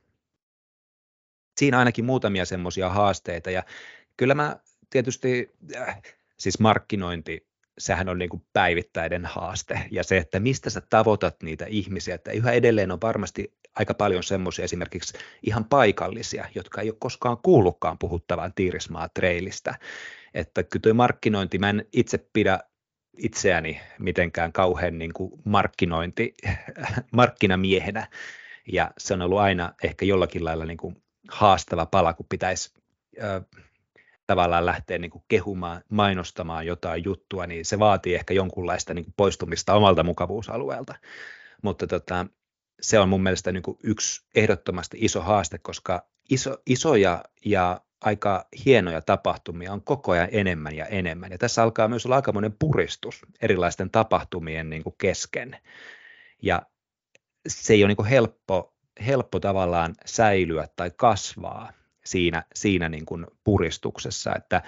Siinä ainakin muutamia semmoisia haasteita ja kyllä mä tietysti, siis markkinointi, sehän on niin kuin päivittäinen haaste ja se, että mistä sä tavoitat niitä ihmisiä, että yhä edelleen on varmasti aika paljon semmoisia esimerkiksi ihan paikallisia, jotka ei ole koskaan kuullutkaan puhuttavan Tiirismaa-trailistä, että kyllä tuo markkinointi, mä en itse pidä itseäni mitenkään kauhean niin kuin markkinamiehenä ja se on ollut aina ehkä jollakin lailla niin kuin haastava pala, kun pitäisi tavallaan lähteä niin kuin kehumaan, mainostamaan jotain juttua, niin se vaatii ehkä jonkunlaista niin kuin poistumista omalta mukavuusalueelta. Mutta se on mun mielestä niin kuin yksi ehdottomasti iso haaste, koska isoja ja aika hienoja tapahtumia on koko ajan enemmän ja enemmän. Ja tässä alkaa myös olla aikamoinen puristus erilaisten tapahtumien niin kuin kesken. Ja se ei ole niin kuin helppo tavallaan säilyä tai kasvaa siinä niin kuin puristuksessa, että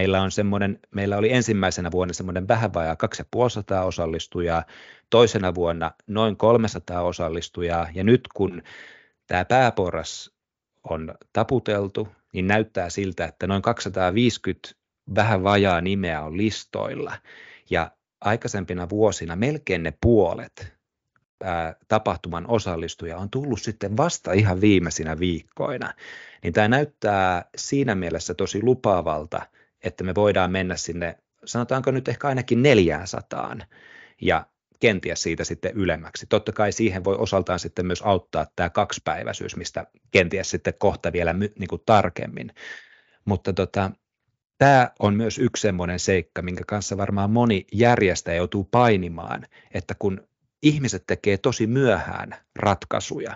meillä oli ensimmäisenä vuonna semmoinen vähän vajaa 250 osallistujaa, toisena vuonna noin 300 osallistujaa, ja nyt kun tämä pääporras on taputeltu, niin näyttää siltä, että noin 250 vähän vajaa nimeä on listoilla, ja aikaisempina vuosina melkein ne puolet tapahtuman osallistuja on tullut sitten vasta ihan viimeisinä viikkoina, niin tämä näyttää siinä mielessä tosi lupaavalta, että me voidaan mennä sinne, sanotaanko nyt ehkä ainakin 400 ja kenties siitä sitten ylemmäksi. Totta kai siihen voi osaltaan sitten myös auttaa tämä kaksipäiväisyys, mistä kenties sitten kohta vielä niin kuin tarkemmin, mutta tämä on myös yksi semmoinen seikka, minkä kanssa varmaan moni järjestäjä joutuu painimaan, että kun ihmiset tekee tosi myöhään ratkaisuja,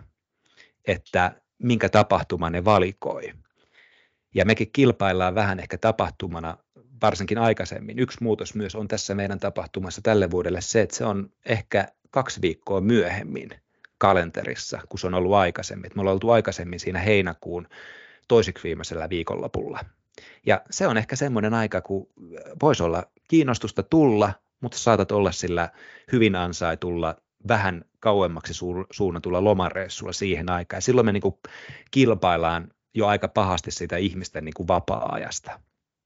että minkä tapahtuman ne valikoi. Ja mekin kilpaillaan vähän ehkä tapahtumana, varsinkin aikaisemmin. Yksi muutos myös on tässä meidän tapahtumassa tälle vuodelle se, että se on ehkä 2 viikkoa myöhemmin kalenterissa, kun se on ollut aikaisemmin. Me ollaan oltu aikaisemmin siinä heinäkuun toiseksi viimeisellä viikonlopulla. Ja se on ehkä semmoinen aika, kun voisi olla kiinnostusta tulla, mutta saatat olla sillä hyvin ansaitulla, vähän kauemmaksi suunnatulla lomareissulla siihen aikaan. Ja silloin me niin kuin kilpaillaan jo aika pahasti siitä ihmisten niin kuin vapaa-ajasta.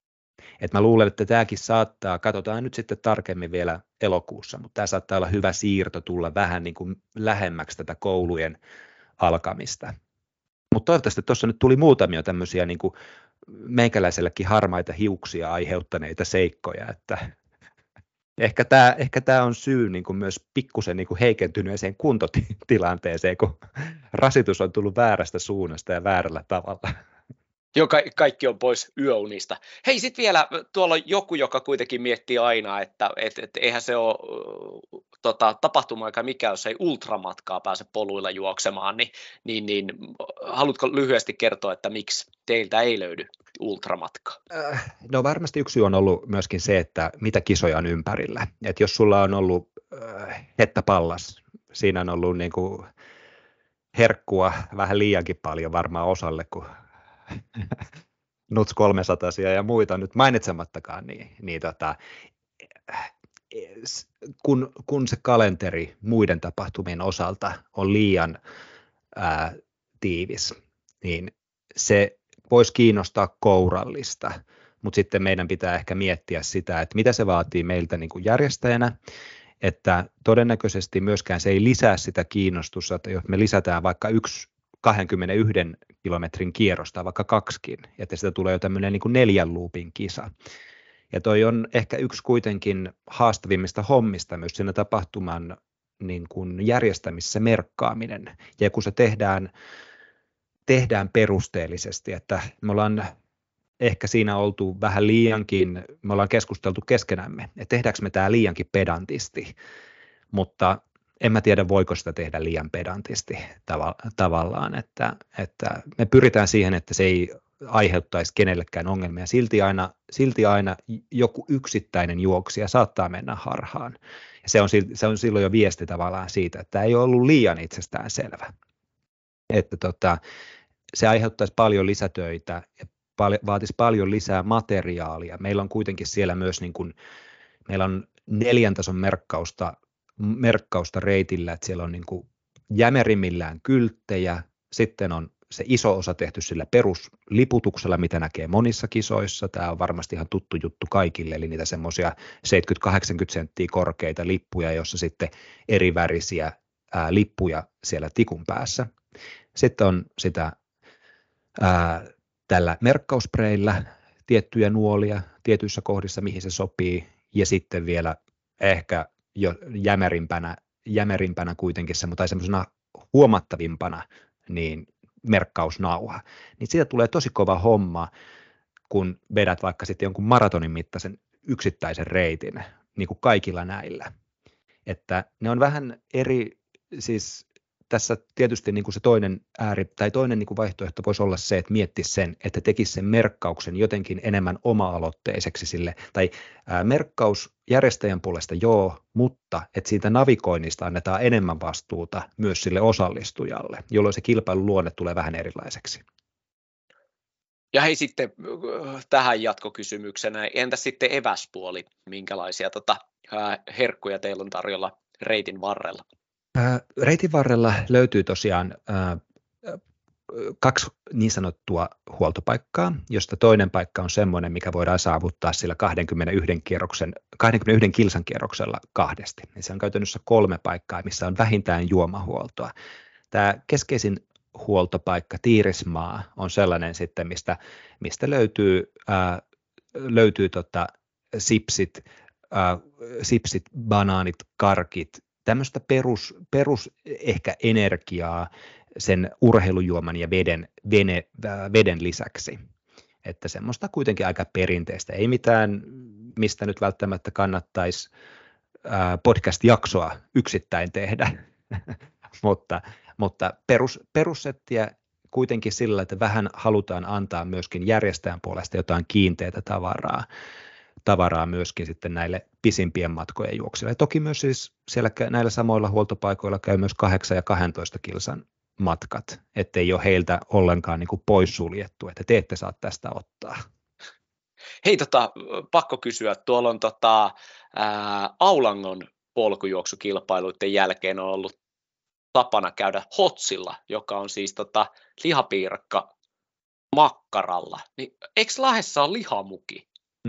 Et mä luulen, että tämäkin saattaa, katsotaan nyt sitten tarkemmin vielä elokuussa, mutta tämä saattaa olla hyvä siirto tulla vähän niin kuin lähemmäksi tätä koulujen alkamista. Mutta toivottavasti tuossa nyt tuli muutamia tämmöisiä niin kuin meikäläisellekin harmaita hiuksia aiheuttaneita seikkoja, että ehkä tämä on syy niin kuin myös pikkusen niin kuin heikentyneeseen kuntotilanteeseen, kun rasitus on tullut väärästä suunnasta ja väärällä tavalla. Joo, kaikki on pois yöunista. Hei, sitten vielä tuolla on joku, joka kuitenkin miettii aina, että eihän se ole tapahtuma eikä mikään, jos ei ultramatkaa pääse poluilla juoksemaan, niin haluatko lyhyesti kertoa, että miksi teiltä ei löydy ultramatkaa? No varmasti yksi on ollut myöskin se, että mitä kisoja on ympärillä. Et jos sulla on ollut Hetta Pallas, siinä on ollut niin kuin herkkua vähän liiankin paljon varmaan osalle, kun Nuts 300 ja muita nyt mainitsemattakaan, kun se kalenteri muiden tapahtumien osalta on liian tiivis, niin se voisi kiinnostaa kourallista, mutta sitten meidän pitää ehkä miettiä sitä, että mitä se vaatii meiltä niin kuin järjestäjänä, että todennäköisesti myöskään se ei lisää sitä kiinnostusta, että jos me lisätään vaikka 21 kilometrin kierrosta, vaikka 2kin, että sitä tulee jo tämmöinen niin kuin 4 loopin kisa. Ja toi on ehkä yksi kuitenkin haastavimmista hommista myös siinä tapahtuman niin kuin järjestämisessä merkkaaminen. Ja kun se tehdään perusteellisesti, että me ollaan ehkä siinä oltu vähän liiankin, me ollaan keskusteltu keskenämme, että tehdäänkö me tämä liiankin pedantisti, mutta en mä tiedä, voiko sitä tehdä liian pedantisti tavallaan, että me pyritään siihen, että se ei aiheuttaisi kenellekään ongelmia. Silti aina joku yksittäinen juoksija saattaa mennä harhaan. Ja se on silloin jo viesti tavallaan siitä, että tämä ei ole ollut liian itsestään selvä. Että se aiheuttaisi paljon lisätöitä ja vaatisi paljon lisää materiaalia. Meillä on kuitenkin siellä myös meillä on 4 tason merkkausta reitillä, että siellä on jämerimmillään kylttejä, sitten on se iso osa tehty sillä perusliputuksella, mitä näkee monissa kisoissa. Tämä on varmasti ihan tuttu juttu kaikille, eli niitä semmoisia 70-80 senttiä korkeita lippuja, jossa sitten eri värisiä lippuja siellä tikun päässä. Sitten on sitä tällä merkkauspreillä tiettyjä nuolia tietyissä kohdissa, mihin se sopii, ja sitten vielä ehkä jo jämerimpänä kuitenkin, tai semmoisena huomattavimpana, niin merkkausnauha. Niin siitä tulee tosi kova homma, kun vedät vaikka sitten jonkun maratonin mittaisen yksittäisen reitin, niin kuin kaikilla näillä. Että ne on vähän eri, siis tässä tietysti niin kuin se toinen niin kuin vaihtoehto voisi olla se, että miettisi sen, että tekisi sen merkkauksen jotenkin enemmän oma-aloitteiseksi sille, tai merkkaus järjestäjän puolesta joo, mutta että siitä navigoinnista annetaan enemmän vastuuta myös sille osallistujalle, jolloin se kilpailun luonne tulee vähän erilaiseksi. Ja hei sitten tähän jatkokysymyksenä, entä sitten eväspuoli, minkälaisia herkkuja teillä on tarjolla reitin varrella? Reitin varrella löytyy tosiaan 2 niin sanottua huoltopaikkaa, josta toinen paikka on semmoinen, mikä voidaan saavuttaa sillä 21 kilsan kierroksella 2. Ja se on käytännössä 3 paikkaa, missä on vähintään juomahuoltoa. Tämä keskeisin huoltopaikka Tiirismaa on sellainen sitten, mistä löytyy sipsit, banaanit, karkit, tämmöistä perus ehkä energiaa sen urheilujuoman ja veden lisäksi. Että semmoista kuitenkin aika perinteistä. Ei mitään, mistä nyt välttämättä kannattaisi podcast-jaksoa yksittäin tehdä, mutta perussettiä kuitenkin sillä, että vähän halutaan antaa myöskin järjestäjän puolesta jotain kiinteätä tavaraa myöskin sitten näille pisimpien matkojen juoksille. Toki myös siis siellä näillä samoilla huoltopaikoilla käy myös 8 ja 12 kilsan matkat, ettei ole heiltä ollenkaan niin kuin poissuljettu, että te ette saa tästä ottaa. Hei, pakko kysyä, tuolla on Aulangon polkujuoksukilpailuiden jälkeen on ollut tapana käydä Hotsilla, joka on siis lihapiirakka makkaralla. Niin, eikö Lahdessa ole lihamuki?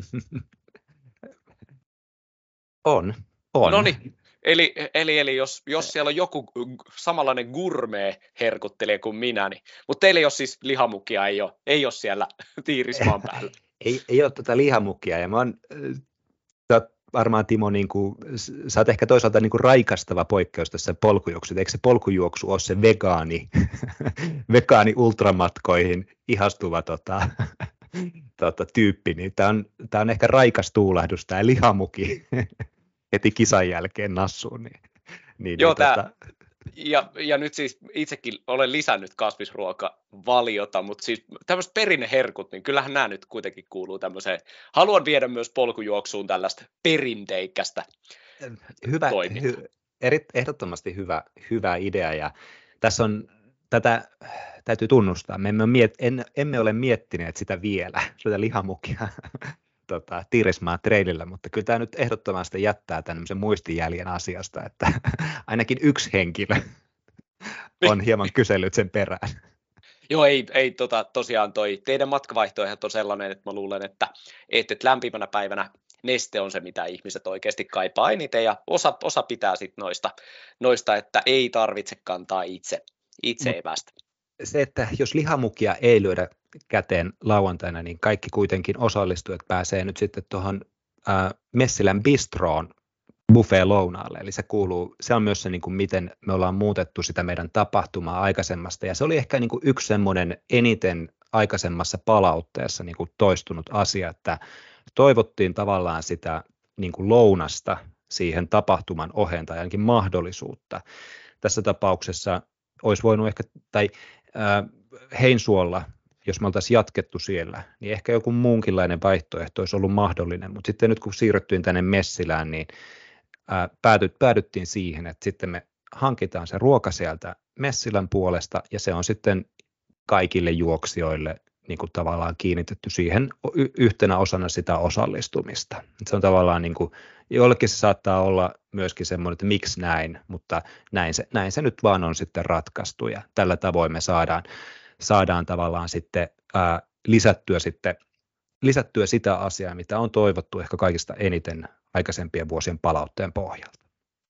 On. No niin, eli jos siellä on joku samanlainen gourmet-herkuttelija kuin minä, niin, mutta teillä ei ole siis lihamukia, ei ole siellä Tiirismaan päällä. Ei ole lihamukia, ja mä oon, varmaan Timo, niin kuin, sä oot ehkä toisaalta niin kuin raikastava poikkeus tässä polkujuoksussa, eikö se polkujuoksu ole se vegaani ultramatkoihin ihastuva tyyppi, niin tämä on ehkä raikas tuulahdus, tämä lihamuki heti kisan jälkeen nassuun. Joo, ja nyt siis itsekin olen lisännyt kasvisruokavaliota, mutta siis tämmöiset perinneherkut, niin kyllähän nämä nyt kuitenkin kuuluu tämmöiseen. Haluan viedä myös polkujuoksuun tällaista perinteikästä toimintaa. Ehdottomasti hyvä idea, ja tässä on tätä täytyy tunnustaa, me emme ole miettineet sitä vielä, sitä lihamukia Tiirismaan treilillä, mutta kyllä tämä nyt ehdottomasti jättää tämmöisen muistijäljen asiasta, että ainakin yksi henkilö on hieman kysellyt sen perään. Joo, ei tosiaan toi teidän matkavaihtoehto on sellainen, että mä luulen, että lämpimänä päivänä neste on se, mitä ihmiset oikeasti kaipaa eniten, ja osa pitää sitten noista, että ei tarvitse kantaa itse Mutta evästä. se, että jos lihamukia ei lyödä käteen lauantaina, niin kaikki kuitenkin osallistujat pääsee nyt sitten tuohon Messilän Bistroon buffet-lounaalle, eli se on myös se, niin kuin miten me ollaan muutettu sitä meidän tapahtumaa aikaisemmasta, ja se oli ehkä niin kuin yksi semmoinen eniten aikaisemmassa palautteessa niin kuin toistunut asia, että toivottiin tavallaan sitä niin kuin lounasta siihen tapahtuman oheen tai ainakin mahdollisuutta. Tässä tapauksessa olisi voinut ehkä, tai Heinsuolla, jos me oltaisiin jatkettu siellä, niin ehkä joku muunkinlainen vaihtoehto olisi ollut mahdollinen, mutta sitten nyt kun siirryttiin tänne Messilään, niin päädyttiin siihen, että sitten me hankitaan se ruoka sieltä Messilän puolesta, ja se on sitten kaikille juoksijoille niin kuin tavallaan kiinnitetty siihen yhtenä osana sitä osallistumista. Se on tavallaan, niin kuin, jollekin se saattaa olla myöskin semmoinen, että miksi näin, mutta näin se nyt vaan on sitten ratkaistu, ja tällä tavoin me saadaan tavallaan sitten lisättyä sitä asiaa, mitä on toivottu ehkä kaikista eniten aikaisempien vuosien palautteen pohjalta.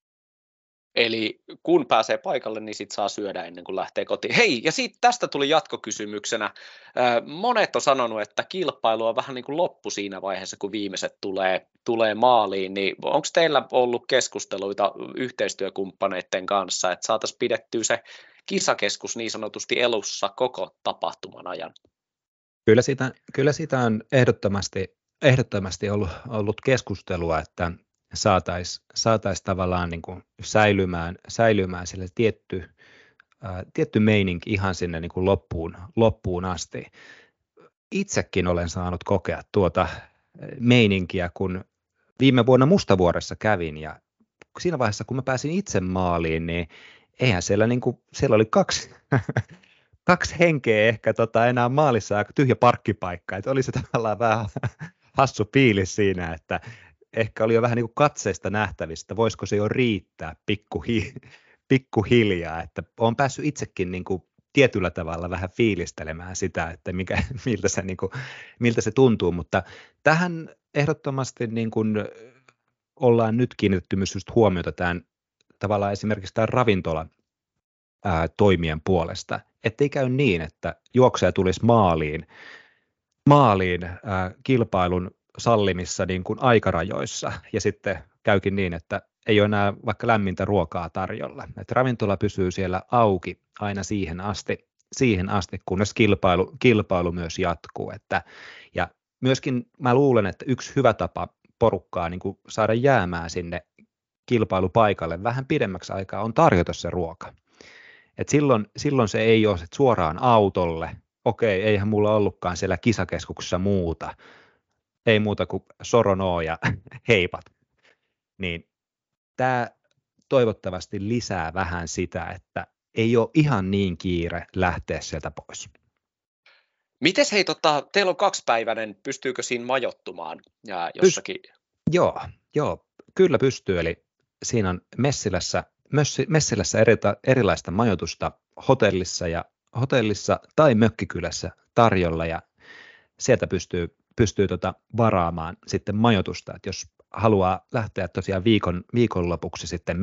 Eli kun pääsee paikalle, niin sit saa syödä ennen kuin lähtee kotiin. Hei, ja tästä tuli jatkokysymyksenä. Monet on sanonut, että kilpailu on vähän niin kuin loppu siinä vaiheessa, kun viimeiset tulee maaliin. Niin onko teillä ollut keskusteluita yhteistyökumppaneiden kanssa, että saataisiin pidettyä se kisakeskus niin sanotusti elussa koko tapahtuman ajan? Kyllä siitä on ehdottomasti ollut keskustelua, että saataisiin tavallaan niin kuin säilymään sille tietty meininki ihan sinne niin kuin loppuun asti. Itsekin olen saanut kokea tuota meininkiä, kun viime vuonna Mustavuoressa kävin, ja siinä vaiheessa, kun mä pääsin itse maaliin, niin eihän siellä oli kaksi henkeä ehkä enää maalissa, aika tyhjä parkkipaikka, että oli se tavallaan vähän hassu fiilis siinä, että ehkä oli jo vähän niin kuin katseista nähtävistä, voisiko se jo riittää pikkuhiljaa, että olen päässyt itsekin niin kuin tietyllä tavalla vähän fiilistelemään sitä, että miltä se tuntuu, mutta tähän ehdottomasti niin kuin ollaan nyt kiinnitetty myös just huomiota tämän tavallaan esimerkiksi tämän ravintola toimien puolesta, ettei käy niin, että juokseja tulisi maaliin kilpailun sallimissa niin kuin aikarajoissa, ja sitten käykin niin, että ei ole enää vaikka lämmintä ruokaa tarjolla. Että ravintola pysyy siellä auki aina siihen asti kunnes kilpailu myös jatkuu. Ja myöskin mä luulen, että yksi hyvä tapa porukkaa niin kuin saada jäämään sinne kilpailupaikalle vähän pidemmäksi aikaa on tarjota se ruoka. Et silloin se ei ole suoraan autolle. Okei, eihän mulla ollutkaan siellä kisakeskuksessa muuta. Ei muuta kuin soronoo ja heipat. Niin tämä toivottavasti lisää vähän sitä, että ei ole ihan niin kiire lähteä sieltä pois. Mites hei, teillä on 2-päiväinen, pystyykö siinä majoittumaan jossakin? Joo, kyllä pystyy. Eli siinä on Messilässä erilaista majoitusta hotellissa tai mökkikylässä tarjolla, ja sieltä pystyy varaamaan sitten majoitusta, että jos haluaa lähteä tosiaan viikonlopuksi sitten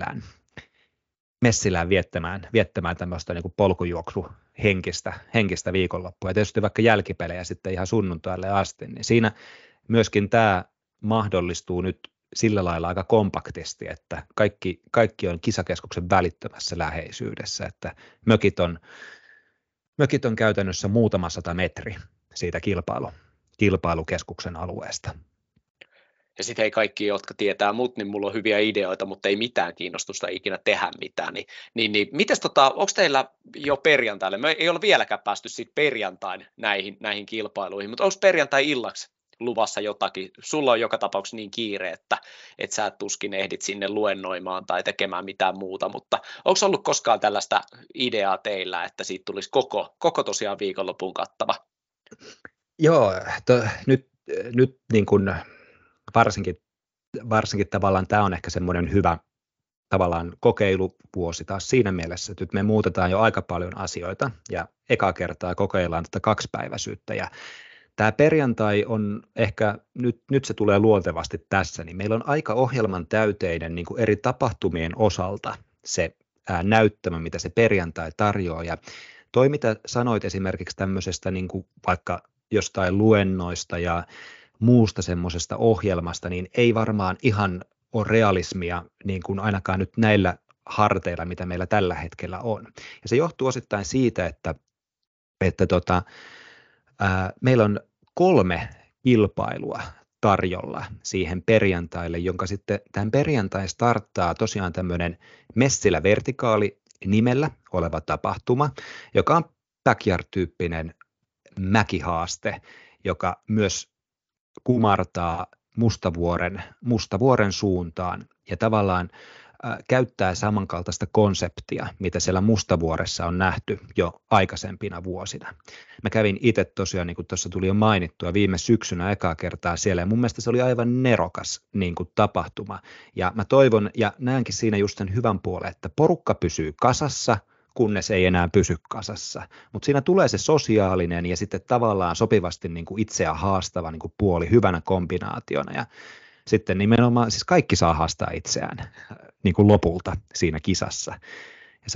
Messilään viettämään tämmöistä niin kuin polkujuoksuhenkistä viikonloppua, ja tietysti vaikka jälkipelejä sitten ihan sunnuntaille asti, niin siinä myöskin tämä mahdollistuu nyt sillä lailla aika kompaktisti, että kaikki on kisakeskuksen välittömässä läheisyydessä, että mökit on käytännössä muutama 100 metriä siitä kilpailukeskuksen alueesta. Ja sitten ei kaikki, jotka tietää mut, niin mulla on hyviä ideoita, mutta ei mitään kiinnostusta ikinä tehdä mitään. Niin mites onko teillä jo perjantaille, me ei ole vieläkään päästy siitä perjantain näihin kilpailuihin, mutta onko perjantai-illaksi luvassa jotakin? Sulla on joka tapauksessa niin kiire, että sä et tuskin ehdit sinne luennoimaan tai tekemään mitään muuta, mutta onko ollut koskaan tällaista ideaa teillä, että siitä tulisi koko tosiaan viikonlopun kattava? Joo, nyt niin kuin varsinkin tavallaan tämä on ehkä semmoinen tavallaan kokeiluvuosi taas siinä mielessä, että nyt me muutetaan jo aika paljon asioita ja eka kertaa kokeillaan tätä kaksipäiväisyyttä ja tämä perjantai on ehkä, nyt se tulee luontevasti tässä, niin meillä on aika ohjelman täyteinen niin kuin eri tapahtumien osalta se näyttämö, mitä se perjantai tarjoaa. Ja toi, mitä sanoit esimerkiksi tämmöisestä niin kuin vaikka jostain luennoista ja muusta semmoisesta ohjelmasta, niin ei varmaan ihan ole realismia niin kuin ainakaan nyt näillä harteilla, mitä meillä tällä hetkellä on. Ja se johtuu osittain siitä, että meillä on 3 kilpailua tarjolla siihen perjantaille, jonka sitten tämän perjantai starttaa tosiaan tämmöinen Messilä Vertikaali nimellä oleva tapahtuma, joka on backyard-tyyppinen mäkihaaste, joka myös kumartaa Mustavuoren suuntaan ja tavallaan käyttää samankaltaista konseptia, mitä siellä Mustavuoressa on nähty jo aikaisempina vuosina. Mä kävin itse tosiaan, niin kuin tuossa tuli jo mainittua, viime syksynä ekaa kertaa siellä, ja mun mielestä se oli aivan nerokas niin kuin tapahtuma. Ja mä toivon, ja näenkin siinä just sen hyvän puolen, että porukka pysyy kasassa, kunnes ei enää pysy kasassa. Mutta siinä tulee se sosiaalinen ja sitten tavallaan sopivasti niin kuin itseä haastava niin kuin puoli hyvänä kombinaationa, ja sitten nimenomaan siis kaikki saa haastaa itseään niin kuin lopulta siinä kisassa. Ja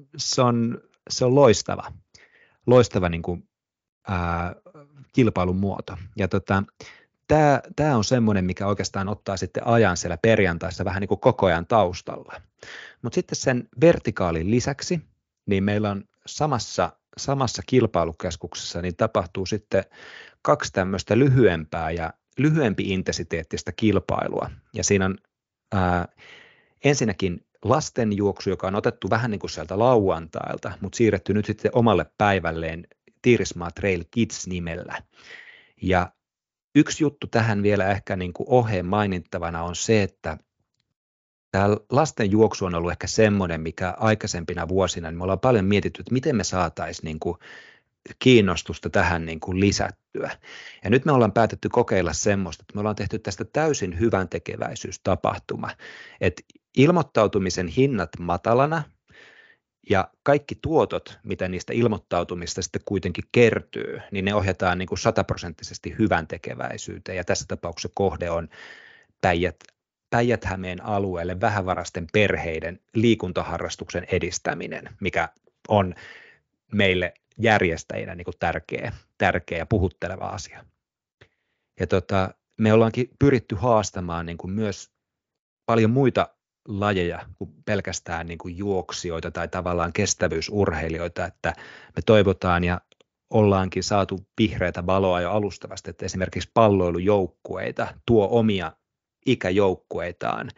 se on loistava niin kuin, kilpailun muoto. Ja tämä on semmoinen, mikä oikeastaan ottaa sitten ajan siellä perjantaissa vähän niin kuin koko ajan taustalla. Mutta sitten sen vertikaalin lisäksi, niin meillä on samassa kilpailukeskuksessa niin tapahtuu sitten 2 tämmöistä lyhyempi intensiteettistä kilpailua. Ja siinä on ensinnäkin lastenjuoksu, joka on otettu vähän niin kuin sieltä lauantailta, mutta siirretty nyt sitten omalle päivälleen Tiirismaa Trail Kids nimellä. Ja yksi juttu tähän vielä ehkä niin kuin oheen mainittavana on se, että tämä lastenjuoksu on ollut ehkä semmoinen, mikä aikaisempina vuosina, niin me ollaan paljon mietitty, että miten me saataisiin niin kuin kiinnostusta tähän niin kuin lisättyä. Ja nyt me ollaan päätetty kokeilla semmoista, että me ollaan tehty tästä täysin hyvän tekeväisyystapahtuma, että ilmoittautumisen hinnat matalana ja kaikki tuotot, mitä niistä ilmoittautumista sitten kuitenkin kertyy, niin ne ohjataan niin kuin 100% hyvän tekeväisyyteen, ja tässä tapauksessa kohde on Päijät-Hämeen alueelle vähävaraisten perheiden liikuntaharrastuksen edistäminen, mikä on meille järjestäjinä niin kuin tärkeä ja puhutteleva asia. Ja me ollaankin pyritty haastamaan niin kuin myös paljon muita lajeja kuin pelkästään niin kuin juoksijoita tai tavallaan kestävyysurheilijoita, että me toivotaan ja ollaankin saatu vihreätä valoa jo alustavasti, että esimerkiksi palloilujoukkueita tuo omia ikäjoukkueitaan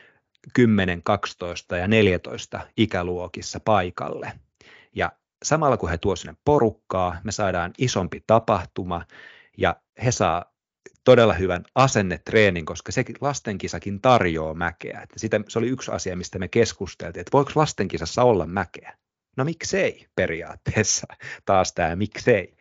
10, 12 ja 14 ikäluokissa paikalle. Ja samalla kun he tuovat sinne porukkaa, me saadaan isompi tapahtuma ja he saa todella hyvän asennetreenin, koska se lastenkisakin tarjoaa mäkeä. Että se oli yksi asia, mistä me keskusteltiin, että voiko lastenkisassa olla mäkeä? No miksei periaatteessa, taas tämä miksei.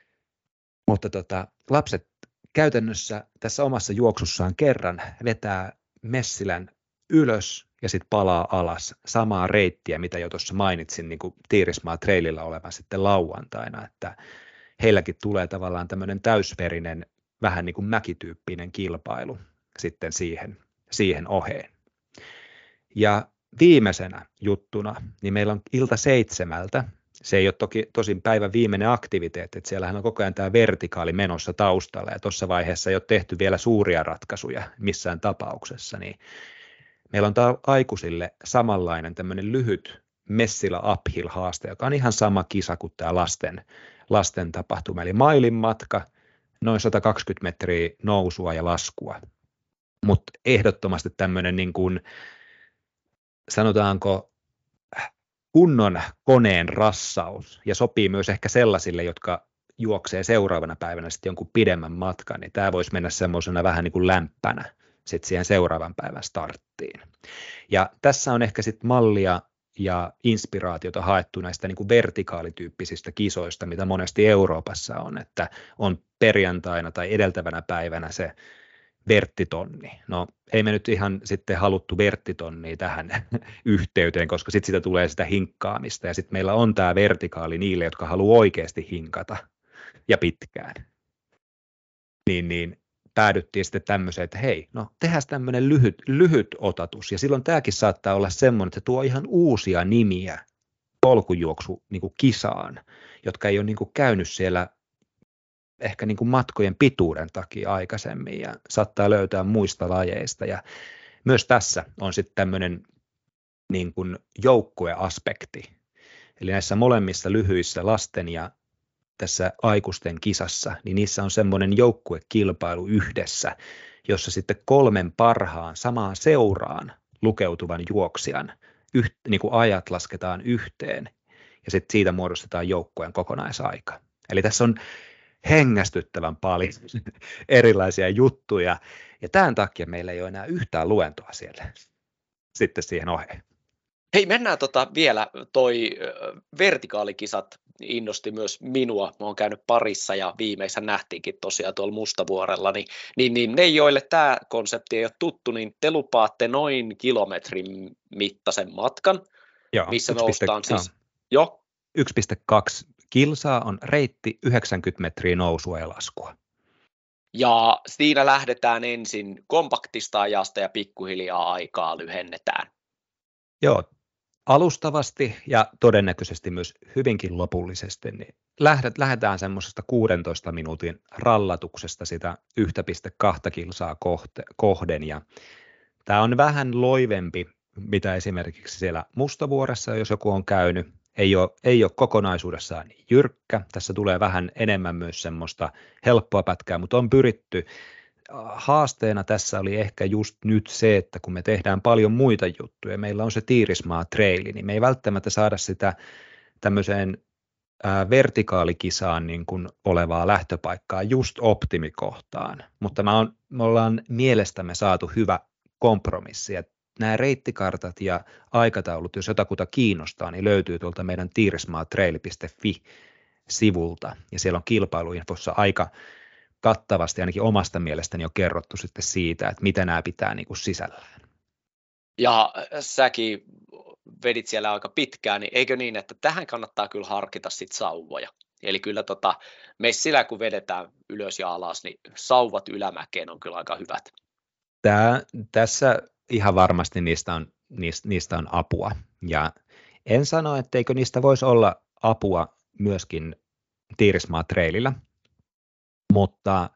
Mutta lapset käytännössä tässä omassa juoksussaan kerran vetää Messilän ylös ja sitten palaa alas samaa reittiä, mitä jo tuossa mainitsin niin kuin Tiirismaa Trailillä olevan sitten lauantaina, että heilläkin tulee tavallaan tämmöinen täysverinen, vähän niin kuin mäkityyppinen kilpailu sitten siihen oheen. Ja viimeisenä juttuna, niin meillä on 7:00, se ei ole tosin päivän viimeinen aktiviteetti, että siellähän on koko ajan tämä vertikaali menossa taustalla, ja tuossa vaiheessa ei ole tehty vielä suuria ratkaisuja missään tapauksessa, niin meillä on tämä aikuisille samanlainen tämmöinen lyhyt Messilä Uphill-haaste, joka on ihan sama kisa kuin tämä lasten tapahtuma, eli mailin matka, noin 120 metriä nousua ja laskua, mutta ehdottomasti tämmöinen niin kuin, sanotaanko, kunnon koneen rassaus, ja sopii myös ehkä sellaisille, jotka juoksee seuraavana päivänä sitten jonkun pidemmän matkan, niin tämä voisi mennä semmoisena vähän niin kuin lämpänä sitten siihen seuraavan päivän starttiin. Ja tässä on ehkä sitten mallia ja inspiraatiota haettu näistä niin kuin vertikaalityyppisistä kisoista, mitä monesti Euroopassa on, että on perjantaina tai edeltävänä päivänä se verttitonni. No ei me nyt ihan sitten haluttu verttitonnia tähän yhteyteen, koska sitten sitä tulee sitä hinkkaamista ja sitten meillä on tämä vertikaali niille, jotka haluaa oikeasti hinkata ja pitkään. Niin päädyttiin sitten tämmöiseen, että hei, no tehdään tämmöinen lyhyt otatus ja silloin tämäkin saattaa olla semmoinen, että se tuo ihan uusia nimiä polkujuoksu niin kuin kisaan, jotka ei ole niin kuin käynyt siellä ehkä niin kuin matkojen pituuden takia aikaisemmin ja saattaa löytää muista lajeista. Ja myös tässä on sitten tämmöinen niin kuin joukkueaspekti. Eli näissä molemmissa lyhyissä lasten ja tässä aikuisten kisassa, niin niissä on semmoinen joukkuekilpailu yhdessä, jossa sitten 3 parhaan samaan seuraan lukeutuvan juoksijan niin kuin ajat lasketaan yhteen ja sitten siitä muodostetaan joukkueen kokonaisaika. Eli tässä on hengästyttävän paljon erilaisia juttuja, ja tämän takia meillä ei ole enää yhtään luentoa siellä sitten siihen oheen. Hei, mennään vielä, vertikaalikisat innosti myös minua, mä oon käynyt parissa ja viimeisessä nähtiinkin tosiaan tuolla Mustavuorella, niin ne, joille tämä konsepti ei ole tuttu, niin te lupaatte noin kilometrin mittaisen matkan, joo, missä noustaan siis jo 1,2 kilsaa on reitti, 90 metriä nousua ja laskua. Ja siinä lähdetään ensin kompaktista ajasta ja pikkuhiljaa aikaa lyhennetään. Joo, alustavasti ja todennäköisesti myös hyvinkin lopullisesti, niin lähdetään semmoisesta 16 minuutin rallatuksesta sitä 1,2 kilsaa kohden, ja tämä on vähän loivempi, mitä esimerkiksi siellä Mustavuoressa, jos joku on käynyt, ei ole kokonaisuudessaan niin jyrkkä, tässä tulee vähän enemmän myös semmoista helppoa pätkää, mutta on pyritty. Haasteena tässä oli ehkä just nyt se, että kun me tehdään paljon muita juttuja, meillä on se Tiirismaa Traili, niin me ei välttämättä saada sitä tämmöiseen vertikaalikisaan niin kuin olevaa lähtöpaikkaa just optimikohtaan, mutta me ollaan mielestämme saatu hyvä kompromissi, ja nämä reittikartat ja aikataulut, jos jotakuta kiinnostaa, niin löytyy tuolta meidän tiirismaatrail.fi-sivulta, ja siellä on kilpailuinfossa aika kattavasti ainakin omasta mielestäni jo kerrottu sitten siitä, että mitä nämä pitää niin kuin sisällään. Ja säkin vedit siellä aika pitkään, niin eikö niin, että tähän kannattaa kyllä harkita sit sauvoja? Eli kyllä messillä kun vedetään ylös ja alas, niin sauvat ylämäkeen on kyllä aika hyvät. Tässä ihan varmasti niistä on apua. Ja en sano, etteikö niistä voisi olla apua myöskin Tiirismaa Trailillä, mutta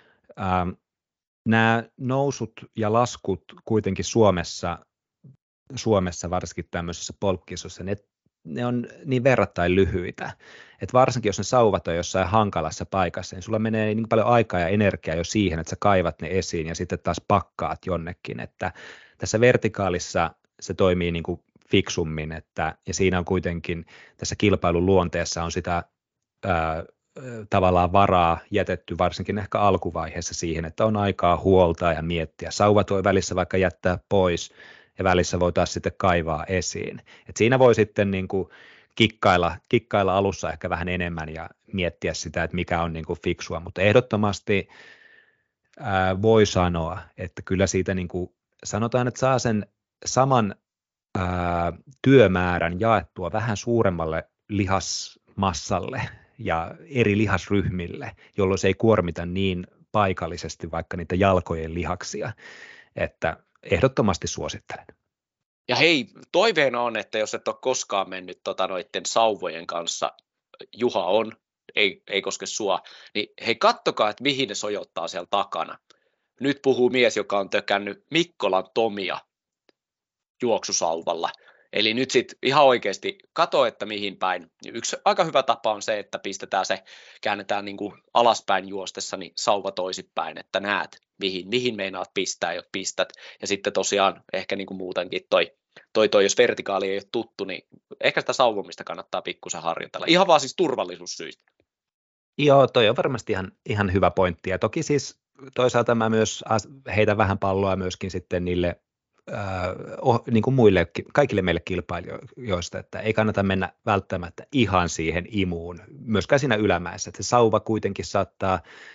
nämä nousut ja laskut kuitenkin Suomessa varsinkin tämmöisessä polkkisossa, ne on niin verrattain lyhyitä, että varsinkin jos ne sauvat on jossain hankalassa paikassa, niin sulla menee niin paljon aikaa ja energiaa jo siihen, että sä kaivat ne esiin ja sitten taas pakkaat jonnekin, että tässä vertikaalissa se toimii niin kuin fiksummin, ja siinä on kuitenkin tässä kilpailun luonteessa on sitä tavallaan varaa jätetty varsinkin ehkä alkuvaiheessa siihen, että on aikaa huoltaa ja miettiä. Sauvat voi välissä vaikka jättää pois ja välissä voi taas sitten kaivaa esiin. Et siinä voi sitten niin kuin kikkailla alussa ehkä vähän enemmän ja miettiä sitä, että mikä on niin kuin fiksua, mutta ehdottomasti voi sanoa, että kyllä siitä niin kuin sanotaan, että saa sen saman työmäärän jaettua vähän suuremmalle lihasmassalle ja eri lihasryhmille, jolloin se ei kuormita niin paikallisesti vaikka niitä jalkojen lihaksia, että ehdottomasti suosittelen. Ja hei, toiveena on, että jos et ole koskaan mennyt noiden sauvojen kanssa, Juha on, ei koske sua, niin hei kattokaa, että mihin ne sojottaa siellä takana. Nyt puhuu mies, joka on tökännyt Mikkolan Tomia juoksusauvalla. Eli nyt sitten ihan oikeasti kato, että mihin päin. Yksi aika hyvä tapa on se, että käännetään niin kuin alaspäin juostessa niin sauva toisinpäin, että näet, mihin meinaat pistää, jos pistät. Ja sitten tosiaan ehkä niin kuin muutenkin toi, jos vertikaali ei ole tuttu, niin ehkä sitä sauvomista kannattaa pikkusen harjoitella. Ihan vaan siis turvallisuussyistä. Joo, toi on varmasti ihan hyvä pointti. Ja toki siis toisaalta mä myös heitän vähän palloa myöskin sitten niille niin kuin kaikille meille kilpailijoista, että ei kannata mennä välttämättä ihan siihen imuun, myöskään siinä ylämäessä, että se sauva kuitenkin saattaa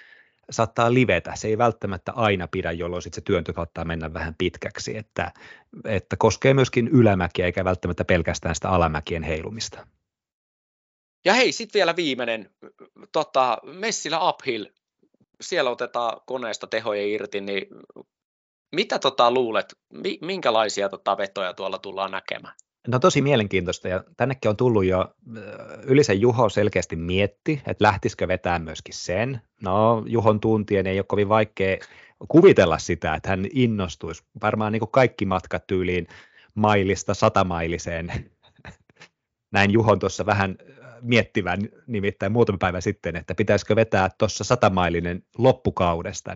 saattaa livetä. Se ei välttämättä aina pidä, jolloin sit se työntö saattaa mennä vähän pitkäksi, että koskee myöskin ylämäkiä eikä välttämättä pelkästään sitä alamäkien heilumista. Ja hei, sitten vielä viimeinen, Messilä uphill, siellä otetaan koneesta tehoja irti, niin mitä luulet, minkälaisia vetoja tuolla tullaan näkemään? No tosi mielenkiintoista, ja tännekin on tullut jo, Ylisen Juho selkeästi mietti, että lähtisikö vetää myöskin sen. No Juhon tuntien ei ole kovin vaikea kuvitella sitä, että hän innostuisi. Varmaan niin kuin kaikki matkat tyyliin mailista 100-mailiseen. Näin Juhon tuossa vähän miettivän nimittäin muutama päivä sitten, että pitäisikö vetää tuossa 100-mailinen loppukaudesta,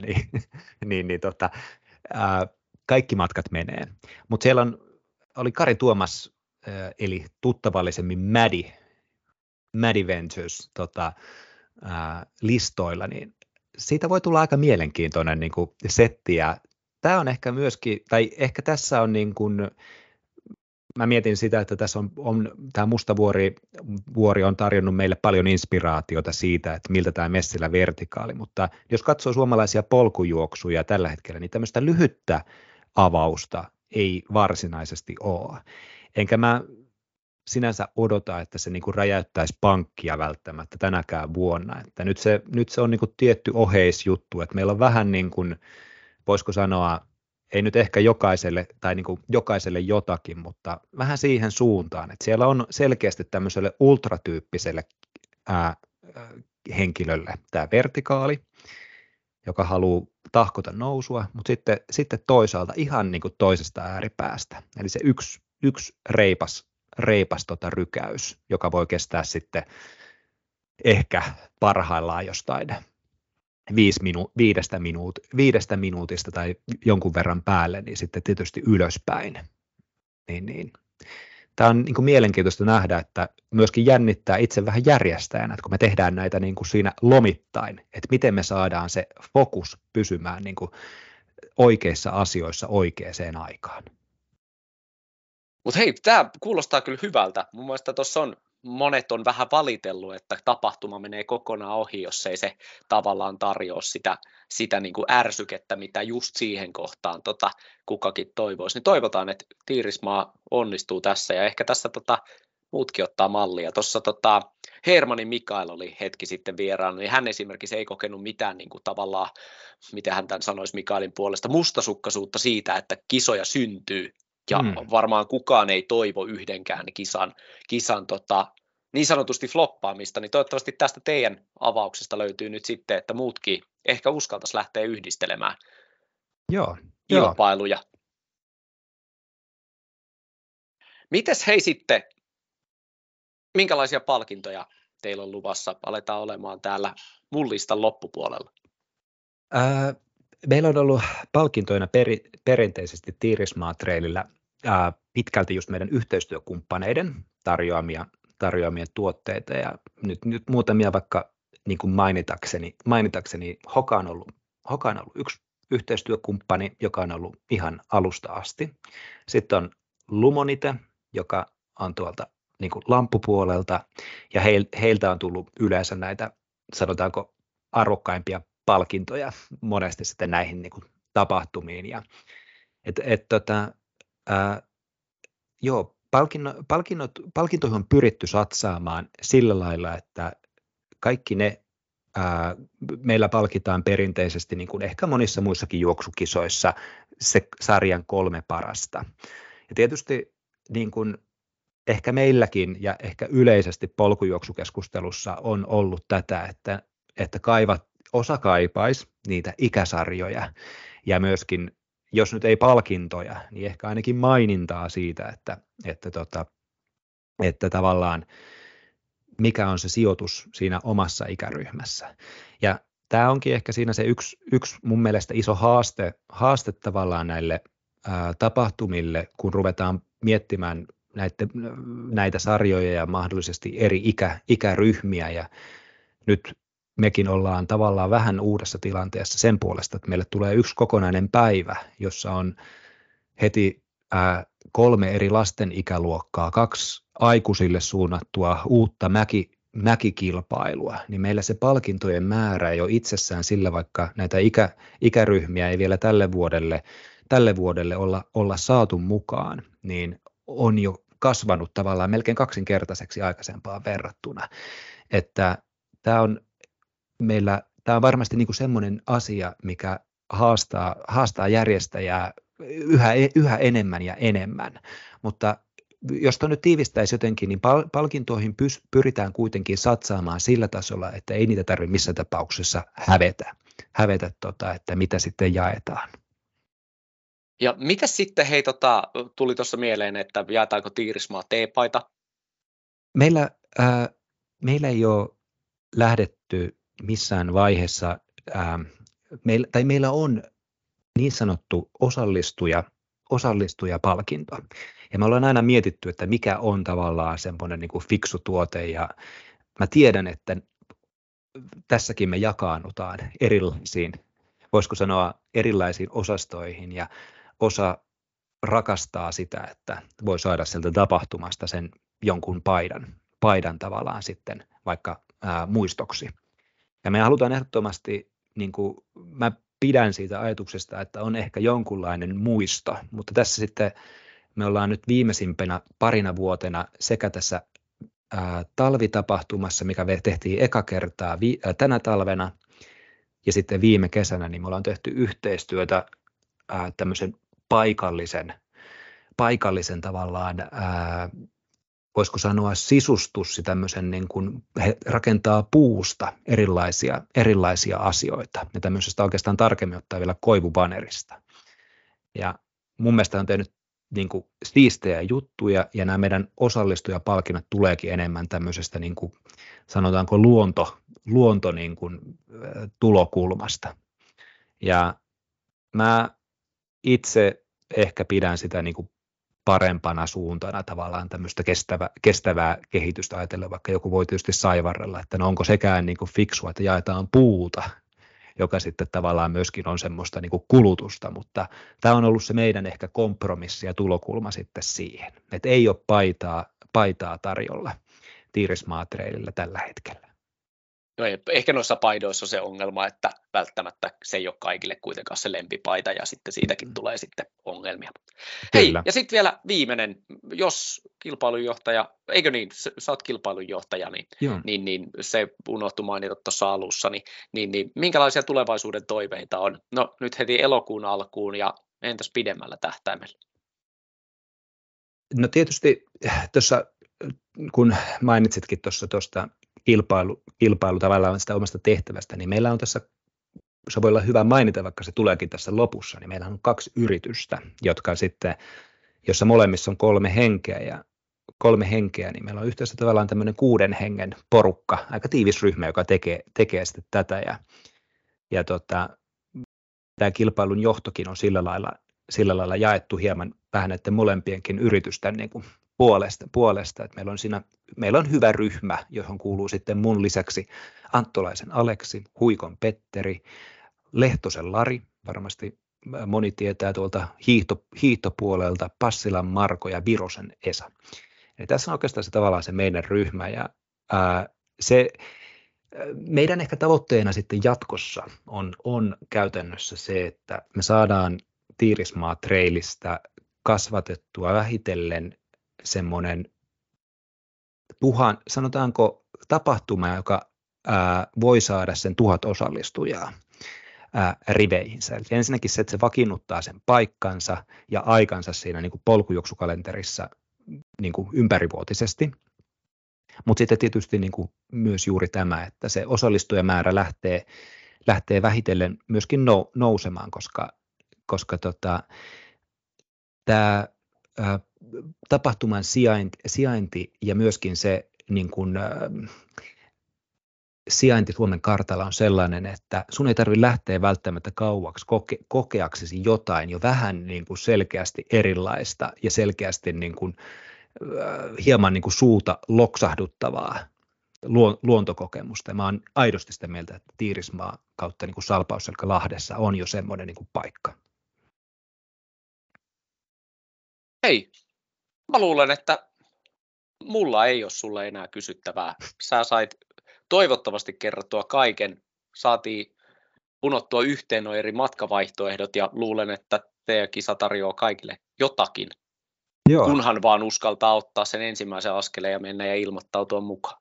kaikki matkat menee. Mutta siellä oli Kari Tuomas, eli tuttavallisemmin Maddie Ventures listoilla, niin siitä voi tulla aika mielenkiintoinen niin kuin setti, ja tämä on ehkä myöskin, tai ehkä tässä on niin kuin, mä mietin sitä, että tässä on tämä Musta vuori on tarjonnut meille paljon inspiraatiota siitä, että miltä tämä Messilä vertikaali, mutta jos katsoo suomalaisia polkujuoksuja tällä hetkellä, niin tämmöistä lyhyttä avausta ei varsinaisesti ole. Enkä mä sinänsä odota, että se niinku räjäyttäisi pankkia välttämättä tänäkään vuonna. Että nyt se on niinku tietty oheisjuttu, että meillä on vähän niin kuin, voisiko sanoa, ei nyt ehkä jokaiselle tai niinku jokaiselle jotakin, mutta vähän siihen suuntaan, että siellä on selkeästi tämmöiselle ultratyyppiselle henkilölle tämä vertikaali, joka haluaa tahkota nousua, mutta sitten toisaalta ihan niin kuin toisesta ääripäästä. Eli se yksi reipas rykäys, joka voi kestää sitten ehkä parhaillaan jostain 5 minuutista tai jonkun verran päälle, niin sitten tietysti ylöspäin. Niin. Tämä on niin kuin mielenkiintoista nähdä, että myöskin jännittää itse vähän järjestäjänä, että kun me tehdään näitä niin kuin siinä lomittain, että miten me saadaan se fokus pysymään niin kuin oikeissa asioissa oikeaan aikaan. Mutta hei, tämä kuulostaa kyllä hyvältä. Mun mielestä tuossa monet on vähän valitellut, että tapahtuma menee kokonaan ohi, jos ei se tavallaan tarjoa sitä niin kuin ärsykettä, mitä just siihen kohtaan kukakin toivoisi. Niin toivotaan, että Tiirismaa onnistuu tässä, ja ehkä tässä muutkin ottaa mallia. Tuossa Hermanin Mikael oli hetki sitten vieraana, niin hän esimerkiksi ei kokenut mitään niin kuin tavallaan, miten hän tämän sanoisi Mikaelin puolesta, mustasukkaisuutta siitä, että kisoja syntyy. Ja varmaan kukaan ei toivo yhdenkään kisan niin sanotusti floppaamista, niin toivottavasti tästä teidän avauksesta löytyy nyt sitten, että muutkin ehkä uskaltaisi lähteä yhdistelemään kilpailuja. Mites hei sitten, minkälaisia palkintoja teillä on luvassa? Aletaan olemaan täällä mun listan loppupuolella. Meillä on ollut palkintoina perinteisesti Tiirismaa Trailillä pitkälti just meidän yhteistyökumppaneiden tarjoamia tuotteita, ja nyt muutamia vaikka niin kuin mainitakseni Hoka on ollut yksi yhteistyökumppani, joka on ollut ihan alusta asti. Sitten on Lumonite, joka on tuolta niin kuin lamppupuolelta, ja heiltä on tullut yleensä näitä, sanotaanko, arvokkaimpia palkintoja monesti sitten näihin niin kuin tapahtumiin. Ja palkintoihin on pyritty satsaamaan sillä lailla, että kaikki ne meillä palkitaan perinteisesti, niin kuin ehkä monissa muissakin juoksukisoissa, se sarjan 3 parasta. Ja tietysti niin kuin ehkä meilläkin ja ehkä yleisesti polkujuoksukeskustelussa on ollut tätä, että osa kaipaisi niitä ikäsarjoja, ja myöskin, jos nyt ei palkintoja, niin ehkä ainakin mainintaa siitä, että tavallaan mikä on se sijoitus siinä omassa ikäryhmässä. Ja tämä onkin ehkä siinä se yksi mun mielestä iso haaste tavallaan näille tapahtumille, kun ruvetaan miettimään näitä sarjoja ja mahdollisesti eri ikäryhmiä, ja nyt mekin ollaan tavallaan vähän uudessa tilanteessa sen puolesta, että meille tulee yksi kokonainen päivä, jossa on heti 3 eri lasten ikäluokkaa, 2 aikuisille suunnattua uutta mäkikilpailua, niin meillä se palkintojen määrä ei ole itsessään sillä, vaikka näitä ikäryhmiä ei vielä tälle vuodelle olla saatu mukaan, niin on jo kasvanut tavallaan melkein kaksinkertaiseksi aikaisempaan verrattuna. Että tämä on varmasti niin kuin semmoinen asia, mikä haastaa järjestäjää yhä enemmän ja enemmän, mutta jos tuon nyt tiivistäisi jotenkin, niin palkintoihin pyritään kuitenkin satsaamaan sillä tasolla, että ei niitä tarvitse missään tapauksessa hävetä että mitä sitten jaetaan. Ja mitä sitten, hei, tuli tuossa mieleen, että jaetaanko Tiirismaa teepaita? Meillä ei ole lähdetty missään vaiheessa, meillä on niin sanottu osallistujapalkinto. Ja me ollaan aina mietitty, että mikä on tavallaan semmoinen niin kuin fiksu tuote, ja mä tiedän, että tässäkin me jakaannutaan erilaisiin, voisiko sanoa erilaisiin osastoihin, ja osa rakastaa sitä, että voi saada sieltä tapahtumasta sen jonkun paidan tavallaan sitten vaikka muistoksi. Ja me halutaan ehdottomasti, niin kuin mä pidän siitä ajatuksesta, että on ehkä jonkunlainen muisto, mutta tässä sitten me ollaan nyt viimeisimpänä parina vuotena sekä tässä talvitapahtumassa, mikä tehtiin eka kertaa tänä talvena, ja sitten viime kesänä, niin me ollaan tehty yhteistyötä tämmöisen paikallisen tavallaan, voisiko sanoa sisustus, tämmöisen niin kuin he rakentaa puusta erilaisia asioita, ja tämmöisestä oikeastaan tarkemmin ottaa vielä koivubanerista. Ja mun mielestä on tehnyt niin kuin siistejä juttuja, ja nämä meidän osallistujapalkinnot tuleekin enemmän tämmöisestä niin kuin, sanotaanko luonto niin kuin, tulokulmasta. Ja mä itse ehkä pidän sitä niin kuin parempana suuntana tavallaan tämmöistä kestävää kehitystä ajatellen, vaikka joku voi tietysti saivarrella, että no onko sekään niin kuin fiksua, että jaetaan puuta, joka sitten tavallaan myöskin on semmoista niin kuin kulutusta, mutta tämä on ollut se meidän ehkä kompromissi ja tulokulma sitten siihen, että ei ole paitaa tarjolla Tiirismaa-trailillä tällä hetkellä. No, ehkä noissa paidoissa on se ongelma, että välttämättä se ei ole kaikille kuitenkaan se lempipaita, ja sitten siitäkin tulee sitten ongelmia. Hei, ja sitten vielä viimeinen, jos kilpailunjohtaja, eikö niin, sä oot kilpailunjohtaja, niin se unohtui mainita tuossa alussa, niin minkälaisia tulevaisuuden toiveita on? No nyt heti elokuun alkuun, ja entäs pidemmällä tähtäimellä? No tietysti tuossa, kun mainitsitkin tuosta kilpailu tavallaan sitä omasta tehtävästä, niin meillä on tässä, se voi olla hyvä mainita, vaikka se tuleekin tässä lopussa, niin meillä on 2 yritystä, jotka sitten, jossa molemmissa on 3 henkeä, niin meillä on yhteensä tavallaan tämmöinen 6 hengen porukka, aika tiivis ryhmä, joka tekee sitten tätä, ja tämä kilpailun johtokin on sillä lailla jaettu hieman vähän näiden molempienkin yritysten niin kuin puolesta, että meillä on hyvä ryhmä, johon kuuluu sitten mun lisäksi Anttolaisen Aleksi, Huikon Petteri, Lehtosen Lari, varmasti moni tietää tuolta hiihtopuolelta, Passilan Marko ja Virosen Esa. Eli tässä on oikeastaan se tavallaan se meidän ryhmä, ja se meidän ehkä tavoitteena sitten jatkossa on käytännössä se, että me saadaan Tiirismaa-trailistä kasvatettua vähitellen semmoinen sanotaanko tapahtuma, joka voi saada sen 1000 osallistujaa riveihinsä. Eli ensinnäkin se, että se vakiinnuttaa sen paikkansa ja aikansa siinä niin kuin polkujuoksukalenterissa niin kuin ympärivuotisesti. Mutta sitten tietysti niin kuin myös juuri tämä, että se osallistujamäärä lähtee vähitellen myöskin nousemaan, koska tämä tapahtuman sijainti ja myöskin se niin kuin, sijainti Suomen kartalla on sellainen, että sun ei tarvitse lähteä välttämättä kauaksi kokeaksesi jotain jo vähän niin kuin selkeästi erilaista ja selkeästi niin kuin, hieman niin kuin suuta loksahduttavaa luontokokemusta. Ja mä oon aidosti sitä mieltä, että Tiirismaa kautta niin kuin Salpausselkä Lahdessa on jo semmoinen niin kuin paikka. Hei, mä luulen, että Mulla ei ole sulle enää kysyttävää. Sä sait toivottavasti kerrottua kaiken. Saatiin punottua yhteen nuo eri matkavaihtoehdot ja luulen, että teidän kisa tarjoaa kaikille jotakin. Joo. Kunhan vaan uskaltaa ottaa sen ensimmäisen askeleen ja mennä ja ilmoittautua mukaan.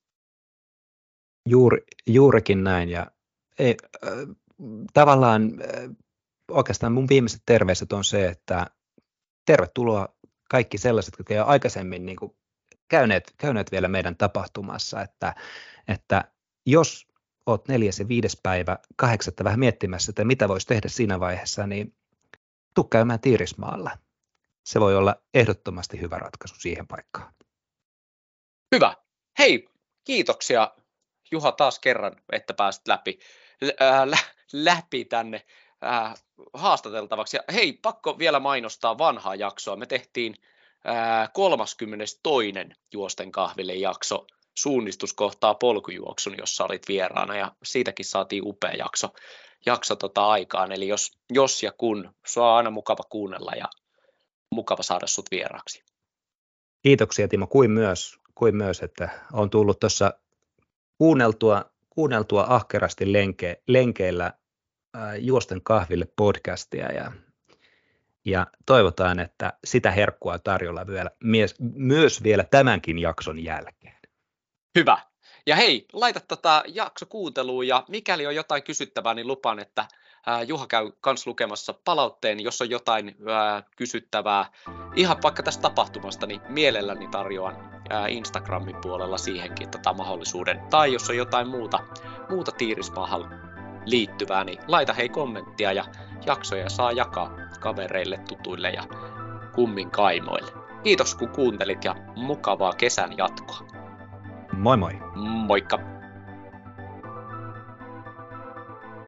Juurikin näin. Ja tavallaan oikeastaan mun viimeiset terveiset on se, että tervetuloa kaikki sellaiset, jotka jo aikaisemmin niin kuin käyneet vielä meidän tapahtumassa, että jos olet 4. ja 5. päivä 8. vähän miettimässä, että mitä voisi tehdä siinä vaiheessa, niin tuu käymään Tiirismaalla. Se voi olla ehdottomasti hyvä ratkaisu siihen paikkaan. Hyvä. Hei, kiitoksia Juha taas kerran, että pääsit läpi tänne haastateltavaksi. Ja hei, pakko vielä mainostaa vanhaa jaksoa. Me tehtiin 32. Juosten kahville jakso suunnistuskohtaa polkujuoksun, jossa olit vieraana, ja siitäkin saatiin upea jakso aikaan. Eli jos ja kun, sua on aina mukava kuunnella ja mukava saada sut vieraaksi. Kiitoksia Timo, kuin myös, että on tullut tuossa kuunneltua ahkerasti lenkeillä Juosten kahville podcastia ja toivotaan, että sitä herkkua on tarjolla myös vielä tämänkin jakson jälkeen. Hyvä. Ja hei, laita jakso kuunteluun ja mikäli on jotain kysyttävää, niin lupaan, että Juha käy kans lukemassa palautteen, jos on jotain kysyttävää. Ihan vaikka tästä tapahtumasta, niin mielelläni tarjoan Instagramin puolella siihenkin mahdollisuuden. Tai jos on jotain muuta Tiirismaahan liittyvää, niin laita hei kommenttia ja jaksoja saa jakaa kavereille, tutuille ja kummin kaimoille. Kiitos kun kuuntelit ja mukavaa kesän jatkoa. Moi moi. Moikka!